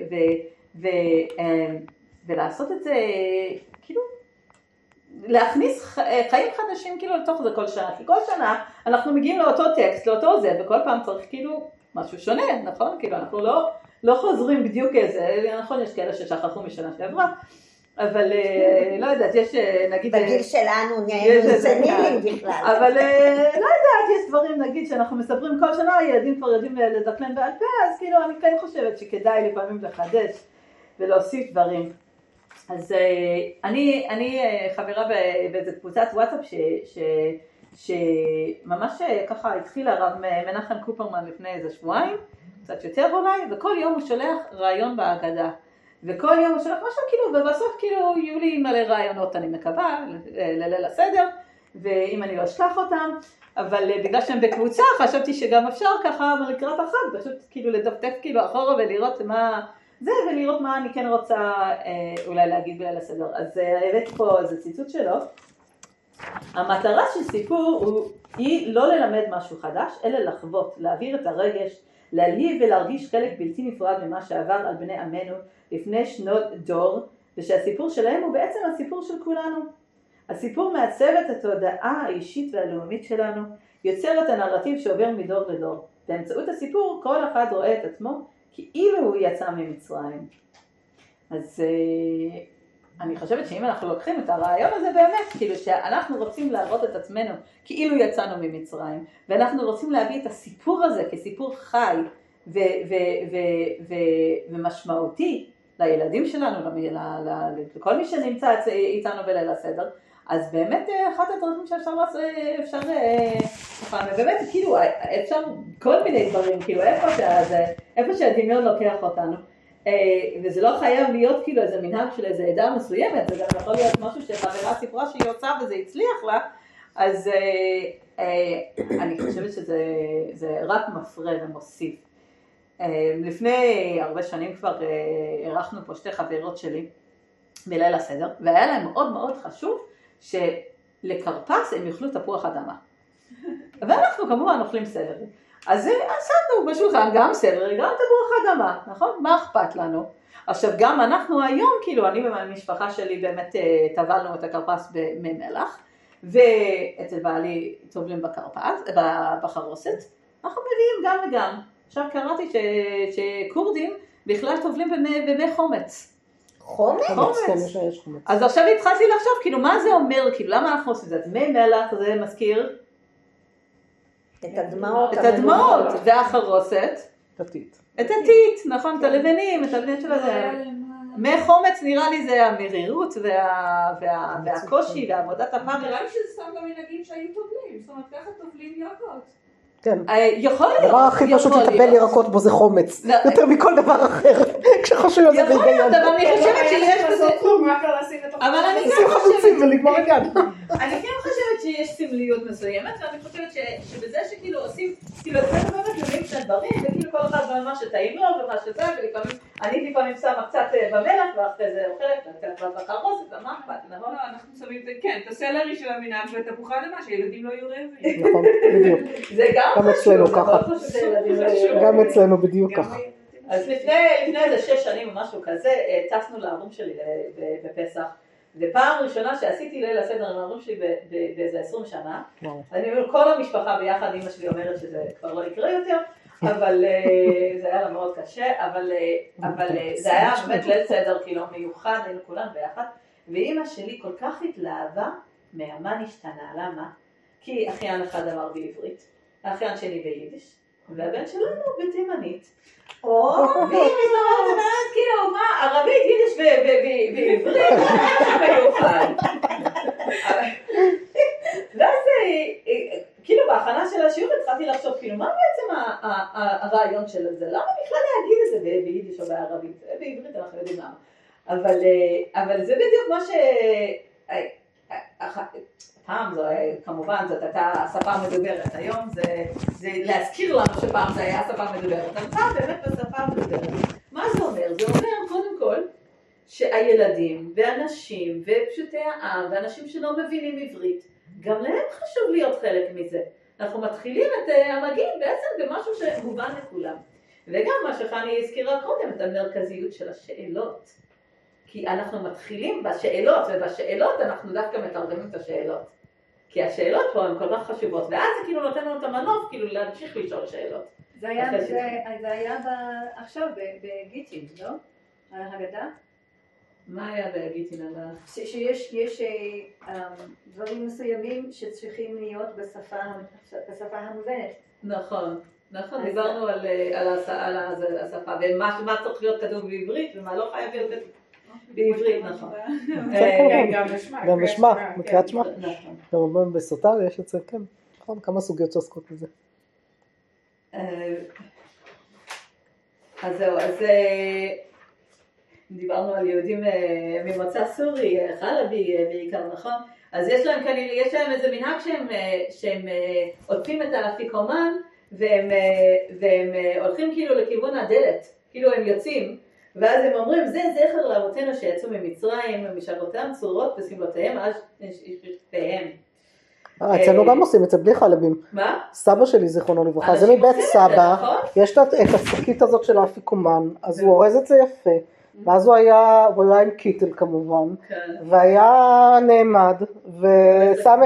Speaker 3: ולעשות את זה, כאילו, להכניס חיים חדשים כאילו לתוך זה כל שנה, כי כל שנה אנחנו מגיעים לאותו טקסט, לאותו זה, וכל פעם צריך כאילו משהו שונה, נכון? כאילו אנחנו לא חוזרים בדיוק איזה, נכון, יש כאלה ששכחו משנה שעברה, אבל לא יודעת, יש נגיד...
Speaker 2: בגיל שלנו נהיינו סנילים בכלל.
Speaker 3: אבל לא יודעת, יש דברים נגיד שאנחנו מספרים כל שנה, ילדים כבר יודעים לדקלם בעל פה, אז כאילו אני כן חושבת שכדאי לפעמים לחדש ולהוסיף דברים. אז אני חברה באיזו קבוצת וואטסאפ שממש ככה התחילה הרב מנחם קופרמן לפני איזה שבועיים, קצת יותר אולי, וכל יום הוא שולח רעיון בהגדה. וכל יום הוא שולח משהו כאילו, ובסוף כאילו יהיו לי מלא רעיונות, אני מקווה, לליל הסדר, ואם אני לא אשכח אותם, אבל בגלל שהם בקבוצה חשבתי שגם אפשר ככה לקראת החג, פשוט כאילו לדפדף כאילו אחורה ולראות מה... זה, ולראות מה אני כן רוצה אולי להגיד בליל הסדר. אז הבאתי פה איזה ציטוט שלו. המטרה של סיפור היא לא ללמד משהו חדש, אלא לחוות, להעביר את הרגש, להלהיב ולהרגיש חלק בלתי נפרד ממה שעבר על בני עמנו לפני שנות דור, ושהסיפור שלהם הוא בעצם הסיפור של כולנו. הסיפור מעצב את התודעה האישית והלאומית שלנו, יוצר את הנרטיב שעובר מדור לדור. באמצעות הסיפור כל אחד רואה את עצמו כאילו הוא יצא ממצרים. אז אני חושבת שאם אנחנו לוקחים את הרעיון הזה באמת, כאילו שאנחנו רוצים להראות את עצמנו כאילו יצאנו ממצרים, ואנחנו רוצים להביא את הסיפור הזה כסיפור חי ומשמעותי לילדים שלנו, לכל מי שנמצא איתנו בליל הסדר, אז באמת אחת הדרכים שאפשר לעשות, באמת כאילו אפשר כל מיני דברים, כאילו איפה שהדמיון לוקח אותנו, וזה לא חייב להיות כאילו איזה מנהג של איזה עדה מסוימת, זה גם יכול להיות משהו שחברה סיפרה שהיא עושה וזה הצליח לה, אז אני חושבת שזה רק מפרה ומוסיף. לפני הרבה שנים כבר ערכנו פה שתי חברות שלי בליל הסדר, והיה להם מאוד מאוד חשוב שלקרפס הם יאכלו תפוח אדמה. ואנחנו כמובן אוכלים סלרי. אז שמנו בשולחן גם סלרי, גם תפוח אדמה, נכון? מה אכפת לנו? עכשיו גם אנחנו היום, כאילו אני והמשפחה שלי באמת טבלנו את הקרפס במלח, ואצל בעלי טובלים בחרוסת, אנחנו מביאים גם וגם. עכשיו קראתי שקורדים בכלל טובלים במי חומץ.
Speaker 2: חומץ?
Speaker 3: אז עכשיו התחלתי לחשוב, כאילו מה זה אומר, כאילו למה אנחנו עושים את זה? מי מלח זה מזכיר?
Speaker 2: את הדמעות.
Speaker 3: את הדמעות, והחרוסת.
Speaker 1: את הטיט.
Speaker 3: את הטיט, נכון, את הלבנים, את הלבנים של הזה. מי חומץ נראה לי זה המרירות והקושי ועבודת הפרק.
Speaker 5: נראה לי שזה סתם גם מנהגים שהיו טובלים, זאת אומרת ככה טובלים ירקות.
Speaker 1: כן.
Speaker 3: יכול להיות.
Speaker 1: הדבר הכי פשוט לטבל ירקות בו זה חומץ, יותר מכל דבר אחר, כשחושבים על זה בהיגיון.
Speaker 3: יכול להיות, אבל אני חושבת שיש בזה...
Speaker 5: רק לא לשים לתוך...
Speaker 3: אבל אני
Speaker 1: עושים חמוצים ולגמור עניין.
Speaker 3: אני כן חושבת שיש סמליות מסוימת, ואני חושבת שבזה שכאילו עושים, כאילו אצלנו באמת לומדים שני דברים, וכאילו כל אחד מה שטעים לו ומה שזה, ולפעמים, אני לפעמים שמה קצת במלח, ואחרי זה אוכלת, קצת בחרוזת, ומה אכפת, נכון?
Speaker 5: לא, אנחנו שמים, כן, את הסלרי של המנהג ותפוחי אדמה, שילדים לא יהיו רעבים.
Speaker 1: נכון, בדיוק.
Speaker 3: זה גם
Speaker 1: אצלנו ככה. גם אצלנו בדיוק ככה.
Speaker 3: אז לפני איזה 6 שנים או משהו כזה, טסנו להורים שלי בפסח, ופעם ראשונה שעשיתי ליל הסדר עם ההורים שלי באיזה 20 שנה, אני אומר, כל המשפחה ביחד, אמא שלי אומרת שזה כבר לא יקרה יותר, אבל זה היה לה מאוד קשה, אבל זה היה באמת ליל סדר כאילו מיוחד, היינו כולם ביחד, ואמא שלי כל כך התלהבה מה נשתנה, למה? כי אחיין אחד אמר בעברית, האחיין שני ביידיש, והבן שלנו בתימנית. והיא מתלמדת, כאילו, מה, ערבית, יידיש בעברית, מיוחד. ואז, כאילו, בהכנה של השיעור התחלתי לחשוב, כאילו, מה בעצם הרעיון של זה? למה בכלל להגיד את זה ביידיש או בערבית? בעברית אנחנו יודעים למה. אבל זה בדיוק מה פעם כמובן זאת הייתה השפה המדוברת, היום זה להזכיר לנו שפעם זה היה השפה המדוברת, אבל פעם באמת בשפה המדוברת. מה זה אומר? זה אומר קודם כל שהילדים ואנשים ופשוטי העם ואנשים שלא מבינים עברית, גם להם חשוב להיות חלק מזה. אנחנו מתחילים את המגיד בעצם במשהו שמובן לכולם. וגם מה שחני הזכירה קודם, את המרכזיות של השאלות. כי אנחנו מתחילים בשאלות, ובשאלות אנחנו דווקא מתרגמים את השאלות. כי השאלות פה הן כל כך חשובות, ואז זה כאילו נותן לנו את המנוף, כאילו להמשיך לשאול שאלות.
Speaker 4: זה היה עכשיו בגיטין, לא? ההגדה?
Speaker 3: מה היה בגיטין?
Speaker 4: שיש דברים מסוימים שצריכים להיות בשפה המובנת.
Speaker 3: נכון, דיברנו על השפה, ומה צריך להיות כתוב בעברית, ומה לא חייב להיות בעברית, נכון.
Speaker 1: גם בשמה, בקריאת שמה. כמובן בסוטר יש את זה, כן. נכון, כמה סוגיות שעוסקות בזה.
Speaker 3: אז זהו, אז דיברנו על יהודים ממוצא סורי, חלבי בעיקר, נכון? אז יש להם איזה מנהג שהם עוטפים את האפיקומן, והם הולכים כאילו לכיוון הדלת, כאילו הם יוצאים, ואז הם אומרים, זה זכר לאבותינו שיצאו ממצרים, משערותיהם צורות ושמלותיהם עד שפתיהם.
Speaker 1: אצלנו גם עושים את זה בלי חלבים.
Speaker 3: מה?
Speaker 1: סבא שלי זיכרונו לברכה, זה מבית סבא, יש את השקית הזאת של האפיקומן, אז הוא אורז את זה יפה, ואז הוא היה עם קיטל כמובן, והיה נעמד, ושם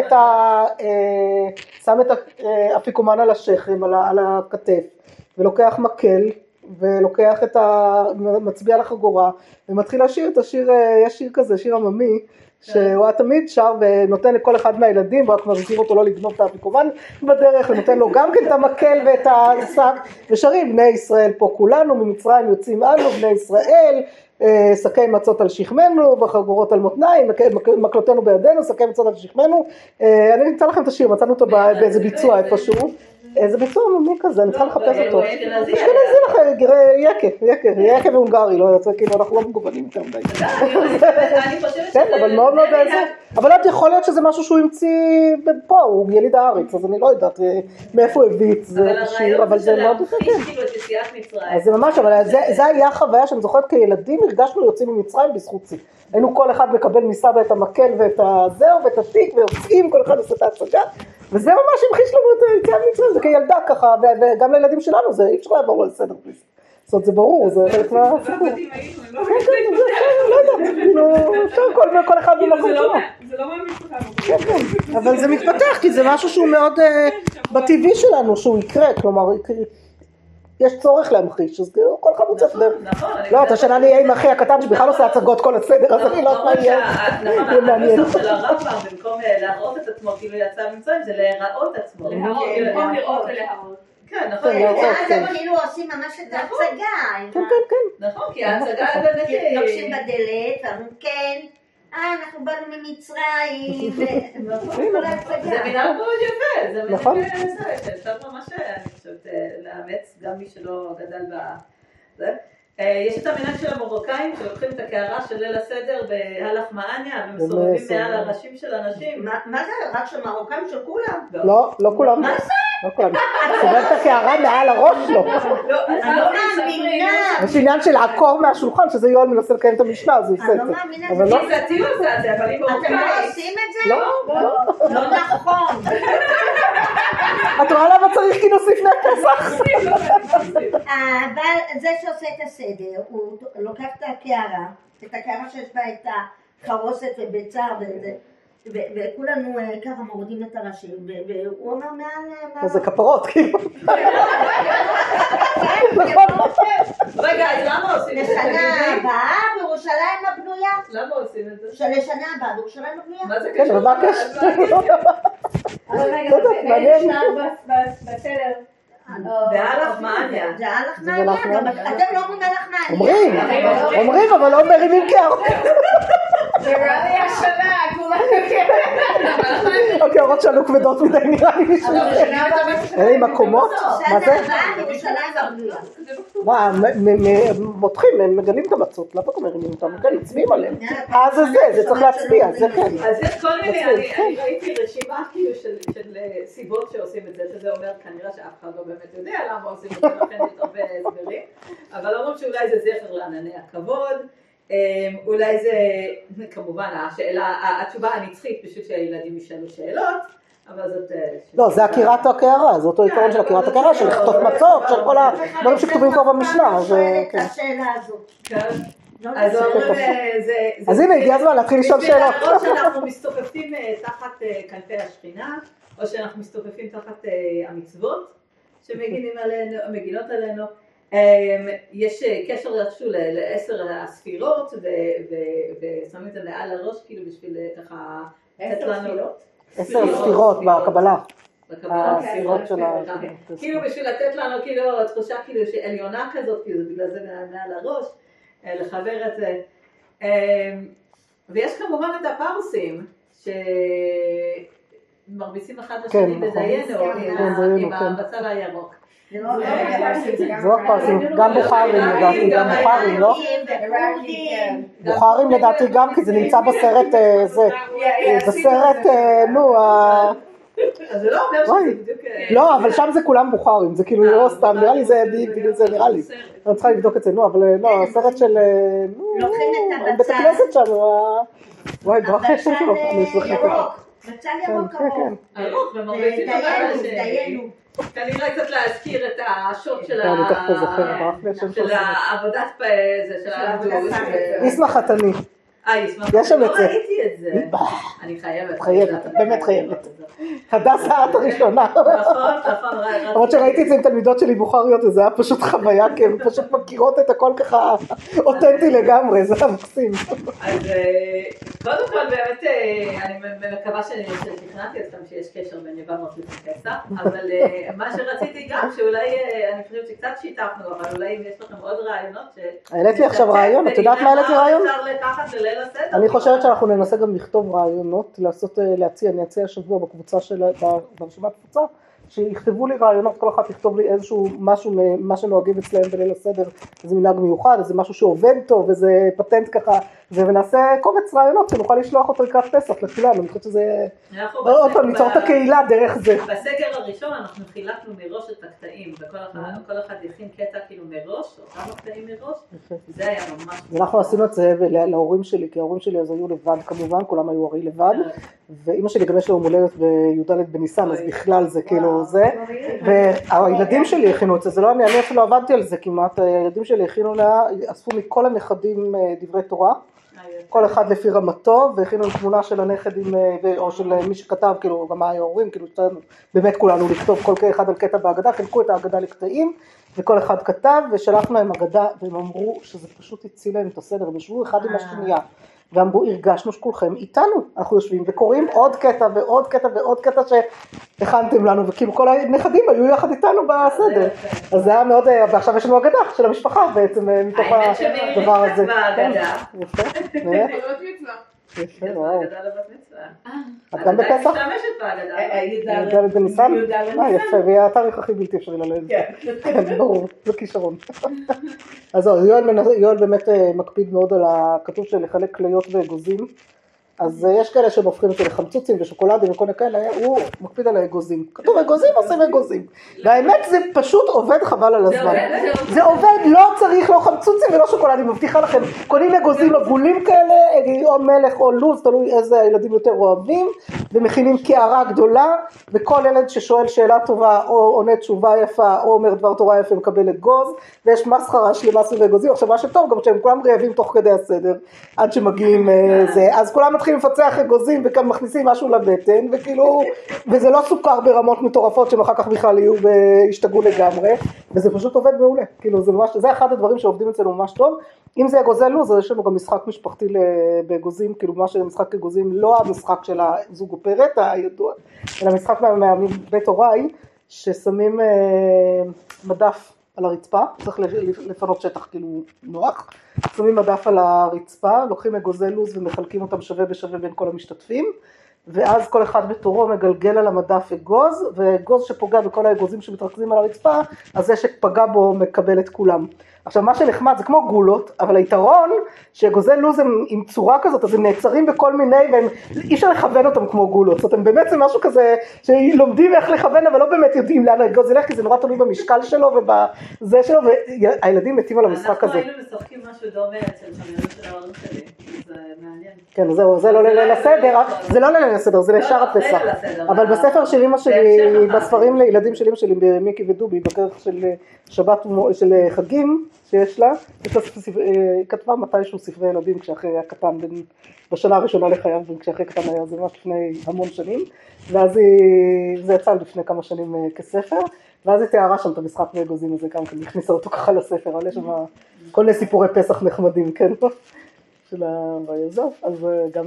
Speaker 1: את האפיקומן על השכם, על הכתף, ולוקח מקל, ולוקח מצביע לחגורה, ומתחיל לשיר את השיר, יש שיר כזה, שיר עממי, שהוא היה תמיד שר ונותן לכל אחד מהילדים, ורק מזכיר אותו לא לגנוב את האפיקומן בדרך, ונותן לו גם כן את המקל ואת השק, ושרים בני ישראל פה כולנו, ממצרים יוצאים אנו, בני ישראל, שקי מצות על שכמנו, וחגורות על מותניים, מקלותינו בידינו, שקי מצות על שכמנו. אני אמצא לכם את השיר, מצאנו אותו באיזה ביצוע איפשהו. איזה ביצוע עממי כזה, אני צריכה לחפש אותו. אשכנזי לכם, יקה והונגרי, לא יוצא, כאילו אנחנו לא מגוונים יותר מדי. כן, אבל מאוד מאוד איזה, אבל עוד יכול להיות שזה משהו שהוא המציא פה, הוא יליד הארץ, אז אני לא יודעת מאיפה הוא הביא את זה שיר, אבל זה מאוד יפה, כן. אז זה ממש, אבל זה היה חוויה שאני זוכרת כילדים, הרגשנו יוצאים ממצרים בזכות זה. היינו כל אחד מקבל מסבא את המקל ואת הזהו ואת התיק, ויוצאים, כל אחד עושה את ההצגה. וזה ממש המחיש לנו את היציאה ממצרים, זה כילדה ככה, וגם לילדים שלנו, זה אי אפשר לעבור על סדר בלי זה. זאת אומרת, זה ברור, זה חלק מה...
Speaker 5: זה לא מתאים היינו, אני לא
Speaker 1: יודעת, אפשר כל אחד במקום שלו.
Speaker 5: זה לא מהמשפחה.
Speaker 1: כן, אבל זה מתפתח, כי זה משהו שהוא מאוד בטבעי שלנו, שהוא יקרה, כלומר, יש צורך להמחיש, אז כל אחד מוצא דרך. לא, את השנה אני אהיה עם אחי הקטן שבכלל עושה הצגות כל הסדר, אז אני לא יכולה יהיה מעניין.
Speaker 3: המסר של הרמב"ם, במקום להראות את עצמו כאילו יצא ממצרים, זה להיראות עצמו.
Speaker 5: במקום לראות ולהראות.
Speaker 3: כן, נכון.
Speaker 2: אז הם כאילו עושים ממש את ההצגה.
Speaker 1: כן, כן.
Speaker 3: נכון, כי ההצגה באמת...
Speaker 2: נוקשים בדלת, ואומרים כן. אנחנו באנו ממצרים,
Speaker 3: זה מנהל מאוד יפה, זה מנהל אפשר ממש, אני חושבת, לאמץ, גם מי שלא גדל בזה. יש את המנהג של המרוקאים שלוקחים את הקערה של ליל הסדר בהלך מעניה ומסובבים מעל הראשים של אנשים.
Speaker 2: מה זה? רק של מרוקאים של כולם?
Speaker 1: לא, לא כולם.
Speaker 2: מה זה?
Speaker 1: לא כולם. סובב את הקערה מעל הראש לא.
Speaker 2: אני לא מאמינה.
Speaker 1: יש עניין של לעקור מהשולחן, שזה יואל מנסה לקיים את המשנה, אז הוא עושה את זה.
Speaker 2: אני לא מאמינה.
Speaker 3: כי זה טיול זה, אבל אם
Speaker 2: אתם לא עושים את זה?
Speaker 1: לא.
Speaker 2: לא נכון.
Speaker 1: את רואה למה צריך כינוס לפני הפסח?
Speaker 2: אבל זה שעושה את הסדר, הוא לוקח את הקערה שיש בה את החרוסת וביצה וכולנו ככה מורידים את הראשים, והוא אומר מעל...
Speaker 1: זה כפרות, כאילו.
Speaker 3: רגע, אז למה עושים את זה?
Speaker 2: לשנה הבאה בירושלים הבנויה.
Speaker 3: למה עושים את זה?
Speaker 2: שלשנה הבאה בירושלים הבנויה.
Speaker 3: מה זה
Speaker 1: כן,
Speaker 3: קשור?
Speaker 1: אבל מה הקשר?
Speaker 4: אבל רגע, באיזה שלב בסדר?
Speaker 3: בהלך מעניה.
Speaker 2: זה הלך מעניין, אתם לא אומרים הלך מעניין.
Speaker 1: אומרים, אבל לא מרימים קערות.
Speaker 4: זה נראה לי השנה, כולם
Speaker 1: הקערות שלנו כבדות מדי נראה לי מישהו. אלה עם הקומות? מה זה?
Speaker 2: שנה הבאה בירושלים הבנויה.
Speaker 1: מה, מותחים, הם מגלים את המצות, למה לא מרימים אותם? כן, מצביעים עליהם. אז זה צריך להצביע, זה כן.
Speaker 3: אז יש כל מיני, אני ראיתי רשימה כאילו של סיבות שעושים את זה, שזה אומר כנראה שאף אחד לא באמת יודע למה עושים את זה, לכן יש הרבה הסברים, אבל אומרים שאולי זה זכר לענני הכבוד, אולי זה כמובן התשובה הנצחית בשביל שהילדים ישאלו שאלות, אבל זאת...
Speaker 1: לא, זה עקירת הקערה, זה אותו עיקרון של עקירת הקערה, של לכתוב מצות, של כל הדברים שכתובים כבר במשנה.
Speaker 2: השאלה הזאת.
Speaker 1: אז הנה, הגיע הזמן להתחיל לשאול שאלות.
Speaker 3: או שאנחנו מסתופפים תחת כנפי השכינה, או שאנחנו מסתופפים תחת המצוות שמגינות עלינו. יש קשר איכשהו ל10 הספירות, ושמים את זה מעל הראש, כאילו בשביל ככה...
Speaker 4: 10 ספירות?
Speaker 1: 10 ספירות בקבלה.
Speaker 3: הספירות של ה... כאילו בשביל לתת לנו כאילו תחושה כאילו שעליונה כזאת, כאילו בגלל זה מעל הראש, לחבר את זה. ויש כמובן את הפרסים, שמרביצים אחד לשני בדיינו, עם הבצל הירוק.
Speaker 1: זה לא פרסים, גם בוחרים לדעתי, גם בוחרים, לא? בוחרים לדעתי גם, כי זה נמצא בסרט, בסרט, נו,
Speaker 3: אז זה לא אומר שזה בדיוק...
Speaker 1: לא, אבל שם זה כולם בוחרים, זה כאילו לא סתם, נראה לי זה נראה לי. אני צריכה לבדוק את זה, נו, אבל לא, הסרט של...
Speaker 2: לוקחים את
Speaker 1: בית הכנסת שם, וואי, ברח יש שם שלו, אני אשלח לך.
Speaker 2: בצל ירוק ארוך.
Speaker 3: ארוך, ומרביצים
Speaker 2: דיינו.
Speaker 3: כנראה קצת להזכיר את השוט של העבודת של העבודה.
Speaker 1: ישמח חתני.
Speaker 3: ישמח,
Speaker 1: יש שם את זה.
Speaker 3: לא ראיתי את זה. אני
Speaker 1: חייבת, באמת חייבת. הדסה את הראשונה.
Speaker 3: נכון.
Speaker 1: למרות שראיתי את זה עם תלמידות שלי בוכריות, וזה היה פשוט חוויה, כי הן פשוט מכירות את הכל ככה אותנטי לגמרי, זה היה מקסים.
Speaker 3: אז קודם כל באמת, אני מקווה שתכננתי אותם שיש קשר בין יבמות לפסח, אבל מה שרציתי גם, שאולי, אני חושבת שקצת שיתפנו, אבל אולי אם יש לכם עוד רעיונות,
Speaker 1: העליתי עכשיו רעיון, את יודעת מה העליתי רעיון?
Speaker 3: אפשר לקחת לליל הסדר.
Speaker 1: אני חושבת שאנחנו ננסה גם לכתוב רעיונות, אני אציע השבוע בקבוצה ברשימת קבוצה, שיכתבו לי רעיונות, כל אחד יכתוב לי איזשהו משהו ממה שנוהגים אצלם בליל הסדר, איזה מנהג מיוחד, איזה משהו שעובד טוב, איזה פטנט ככה, ונעשה קובץ רעיונות שנוכל לשלוח אותו לקראת פסח לכולנו, אני חושבת שזה עוד פעם ניצור את הקהילה דרך זה.
Speaker 3: בסגר הראשון אנחנו חילקנו מראש את הקטעים, וכל אחד יכין קטע כאילו מראש, או כמה קטעים מראש, זה היה ממש...
Speaker 1: ואנחנו עשינו את זה להורים שלי, כי ההורים שלי אז היו לבד כמובן, כולם היו הרי לבד, ואמא שלי גם יש לה יום הולדת בי"ד בניסן, אז בכלל זה כאילו זה, והילדים שלי הכינו את זה, זה לא אני אפילו עבדתי על זה כמעט, הילדים שלי הכינו לה, אספו מכל הנכדים דברי תורה, כל אחד לפי רמתו, והכינו תמונה של הנכד או של מי שכתב, כאילו גם ההורים, כאילו באמת כולנו לכתוב כל אחד על קטע בהגדה, חילקו את ההגדה לקטעים, וכל אחד כתב, ושלחנו להם הגדה, והם אמרו שזה פשוט הציל להם את הסדר, הם ישבו אחד עם השנייה, ואמרו, הרגשנו שכולכם איתנו, אנחנו יושבים וקוראים עוד קטע ועוד קטע ועוד קטע שהכנתם לנו, וכאילו כל הנכדים היו יחד איתנו בסדר. אז זה היה מאוד, ועכשיו יש לנו הגדה של המשפחה בעצם, מתוך הדבר הזה.
Speaker 3: האמת שמאירים קצת בהגדה.
Speaker 1: יפה, יפה, וואו.
Speaker 3: הגדה לבת מצווה.
Speaker 1: את גם בפסח?
Speaker 3: משתמשת בהגדה.
Speaker 1: י"ד בניסן? יפה, והיא התאריך הכי בלתי אפשרי ללב. כן, ברור, זה כישרון. אז יואל באמת מקפיד מאוד על הכתוב של לחלק כליות ואגוזים. אז יש כאלה שהופכים את זה לחמצוצים ושוקולדים וכל כאלה, הוא מקפיד על האגוזים. כתוב אגוזים, עושים אגוזים. והאמת זה פשוט עובד חבל על הזמן. זה עובד, לא צריך לא חמצוצים ולא שוקולדים, מבטיחה לכם. קונים אגוזים עגולים כאלה, או מלך או לוז, תלוי איזה הילדים יותר אוהבים, ומכינים קערה גדולה, וכל ילד ששואל שאלה טובה, או עונה תשובה יפה, או אומר דבר תורה יפה, מקבל אגוז, ויש מסחרה שלמה סביב אגוזים. עכשיו מה שטוב, גם שהם כולם רעבים תוך כדי הסדר, עד שמגיעים זה. אז כולם מתחילים לפצח אגוזים וכאן מכניסים משהו לבטן, וכאילו, וזה לא סוכר ברמות מטורפות שהם אחר כך בכלל יהיו וישתגעו לגמרי, וזה פשוט עובד מעולה. כאילו זה ממש, זה אחד הדברים שעובדים אצלנו ממש טוב. אם זה אגוזי לוז, אז יש לנו גם משחק משפחתי באגוזים, כאילו מה שמשחק אגוזים, לא המשחק של הזוג אופרת הידוע, אלא משחק מבית הוריי, ששמים מדף על הרצפה, צריך לפנות שטח כאילו נוח, שמים מדף על הרצפה, לוקחים אגוזי לוז ומחלקים אותם שווה בשווה בין כל המשתתפים, ואז כל אחד בתורו מגלגל על המדף אגוז, ואגוז שפוגע בכל האגוזים שמתרכזים על הרצפה, אז זה שפגע בו מקבל את כולם. עכשיו מה שנחמד זה כמו גולות, אבל היתרון שאגוזי לוז הם עם צורה כזאת, אז הם נעצרים בכל מיני, ואי אפשר לכוון אותם כמו גולות, זאת אומרת באמת זה משהו כזה, שלומדים איך לכוון, אבל לא באמת יודעים לאן האגוז ילך, כי זה נורא תלוי במשקל שלו ובזה שלו, והילדים מתים על המשחק הזה.
Speaker 3: אנחנו היינו משחקים משהו דומה אצל חמיונות של ההורים שלי, זה מעניין.
Speaker 1: כן, זהו, זה לא ליל הסדר, זה לא ליל הסדר, זה לשאר הפסח, אבל בספר של אמא שלי, בספרים לילדים של אמא שלי, במיקי ודובי, בכרך של שבת, של חגים שיש לה, היא כתבה מתישהו ספרי ילדים כשאחרי היה קטן, בשנה הראשונה לחייו, וכשאחרי קטן היה זה ממש לפני המון שנים, ואז זה יצא לפני כמה שנים כספר, ואז היא תיארה שם את המשחק באגוזים הזה, גם היא הכניסה אותו ככה לספר, אבל יש שם כל מיני סיפורי פסח נחמדים, כן, של היזוף, אז גם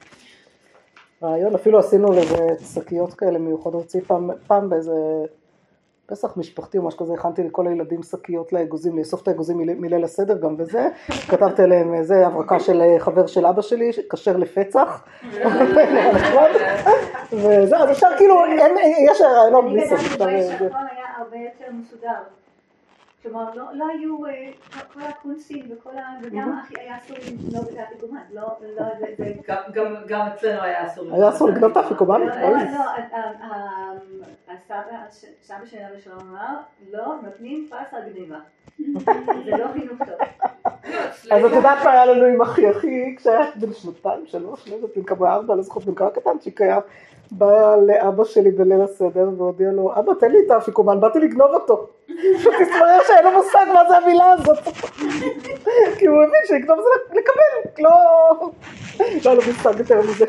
Speaker 1: רעיון, אפילו עשינו לזה שקיות כאלה מיוחדות, פעם באיזה פסח משפחתי או משהו כזה, הכנתי לכל הילדים שקיות לאגוזים, לאסוף את האגוזים מליל הסדר גם וזה, כתבתי עליהם, זה הברקה של חבר של אבא שלי, כשר לפצח, וזה, אז אפשר כאילו, יש רעיונות בלי סוף.
Speaker 4: אני גדלתי שהכל היה הרבה יותר מסודר, כלומר לא היו כל הקונסים וגם אחי היה אסור לגנוב את האפיקומן,
Speaker 3: גם אצלנו היה אסור.
Speaker 1: היה אסור לגנוב את האפיקומן?
Speaker 4: לא, סבא שלי הראשון אמר, לא נותנים פס על גניבה, זה לא חינוך טוב.
Speaker 1: אז את יודעת מה היה לנו עם אחי, כשהיה בן 2, 3, לא יודעת, בן כמה 4, לא זוכרת בן כמה קטנצ'יק היה, בא לאבא שלי בליל הסדר והודיע לו, אבא תן לי את האפיקומן, באתי לגנוב אותו. שתסברר שאין לו מושג מה זה המילה הזאת. כי הוא מבין שלגנוב זה לקבל, לא היה לו מושג יותר מזה.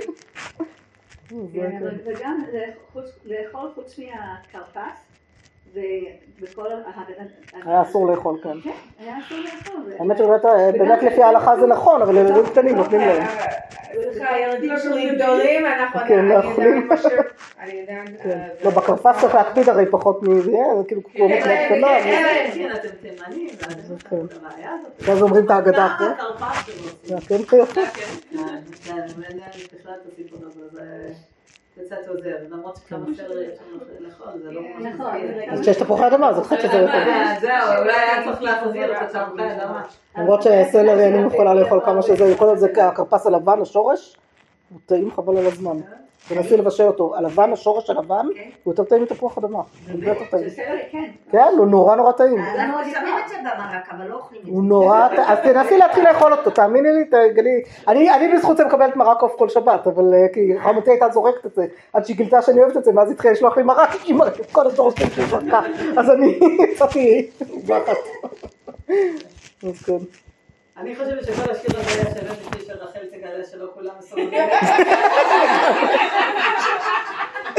Speaker 4: וגם לאכול חוץ מהכרפס, ובכל
Speaker 1: היה אסור לאכול כאן.
Speaker 4: כן, היה אסור לאכול.
Speaker 1: האמת שבאמת לפי ההלכה זה נכון, אבל ילדים קטנים נותנים להם.
Speaker 6: הילדים שלי גדולים, אנחנו
Speaker 1: אני יודעת, לא, בכרפס צריך להקפיד הרי פחות מזה, זה כאילו כמו מקלט קטנה.
Speaker 3: כן, אתם תימנים,
Speaker 1: ואז אומרים את האגדה אחרי. זה כן חייפה.
Speaker 3: כן, אני בכלל את הסיפור הזה, זה קצת עוזר, למרות שכמה סלר יש לנו לאכול, זה לא
Speaker 4: נכון.
Speaker 1: אז כשיש תפוחי אדמה, זה חצי שזה יכול.
Speaker 3: זהו, אולי היה צריך להחזיר את התפוחי אדמה.
Speaker 1: למרות שסלר אני יכולה לאכול כמה שזה, יכול להיות זה הכרפס הלבן, השורש, הוא טעים חבל על הזמן. ונסי לבשל אותו, הלבן, השורש הלבן, הוא יותר טעים מתפוח אדמה. כן, הוא נורא טעים.
Speaker 2: אנחנו שמים את זה במרק, אבל לא אוכלים את זה.
Speaker 1: הוא נורא, אז תנסי להתחיל לאכול אותו, תאמיני לי, תגלי. אני בזכות זה מקבלת מרק עוף כל שבת, אבל כי חמותי הייתה זורקת את זה, עד שהיא גילתה שאני אוהבת את זה, ואז התחילה לשלוח לי מרק, כל השורש של זרקה. אז אני יצאתי בחת. אז כן.
Speaker 3: אני חושבת שכל השיר הזה היה שווה בשביל של רחל תגלה שלא כולם מסוגלים.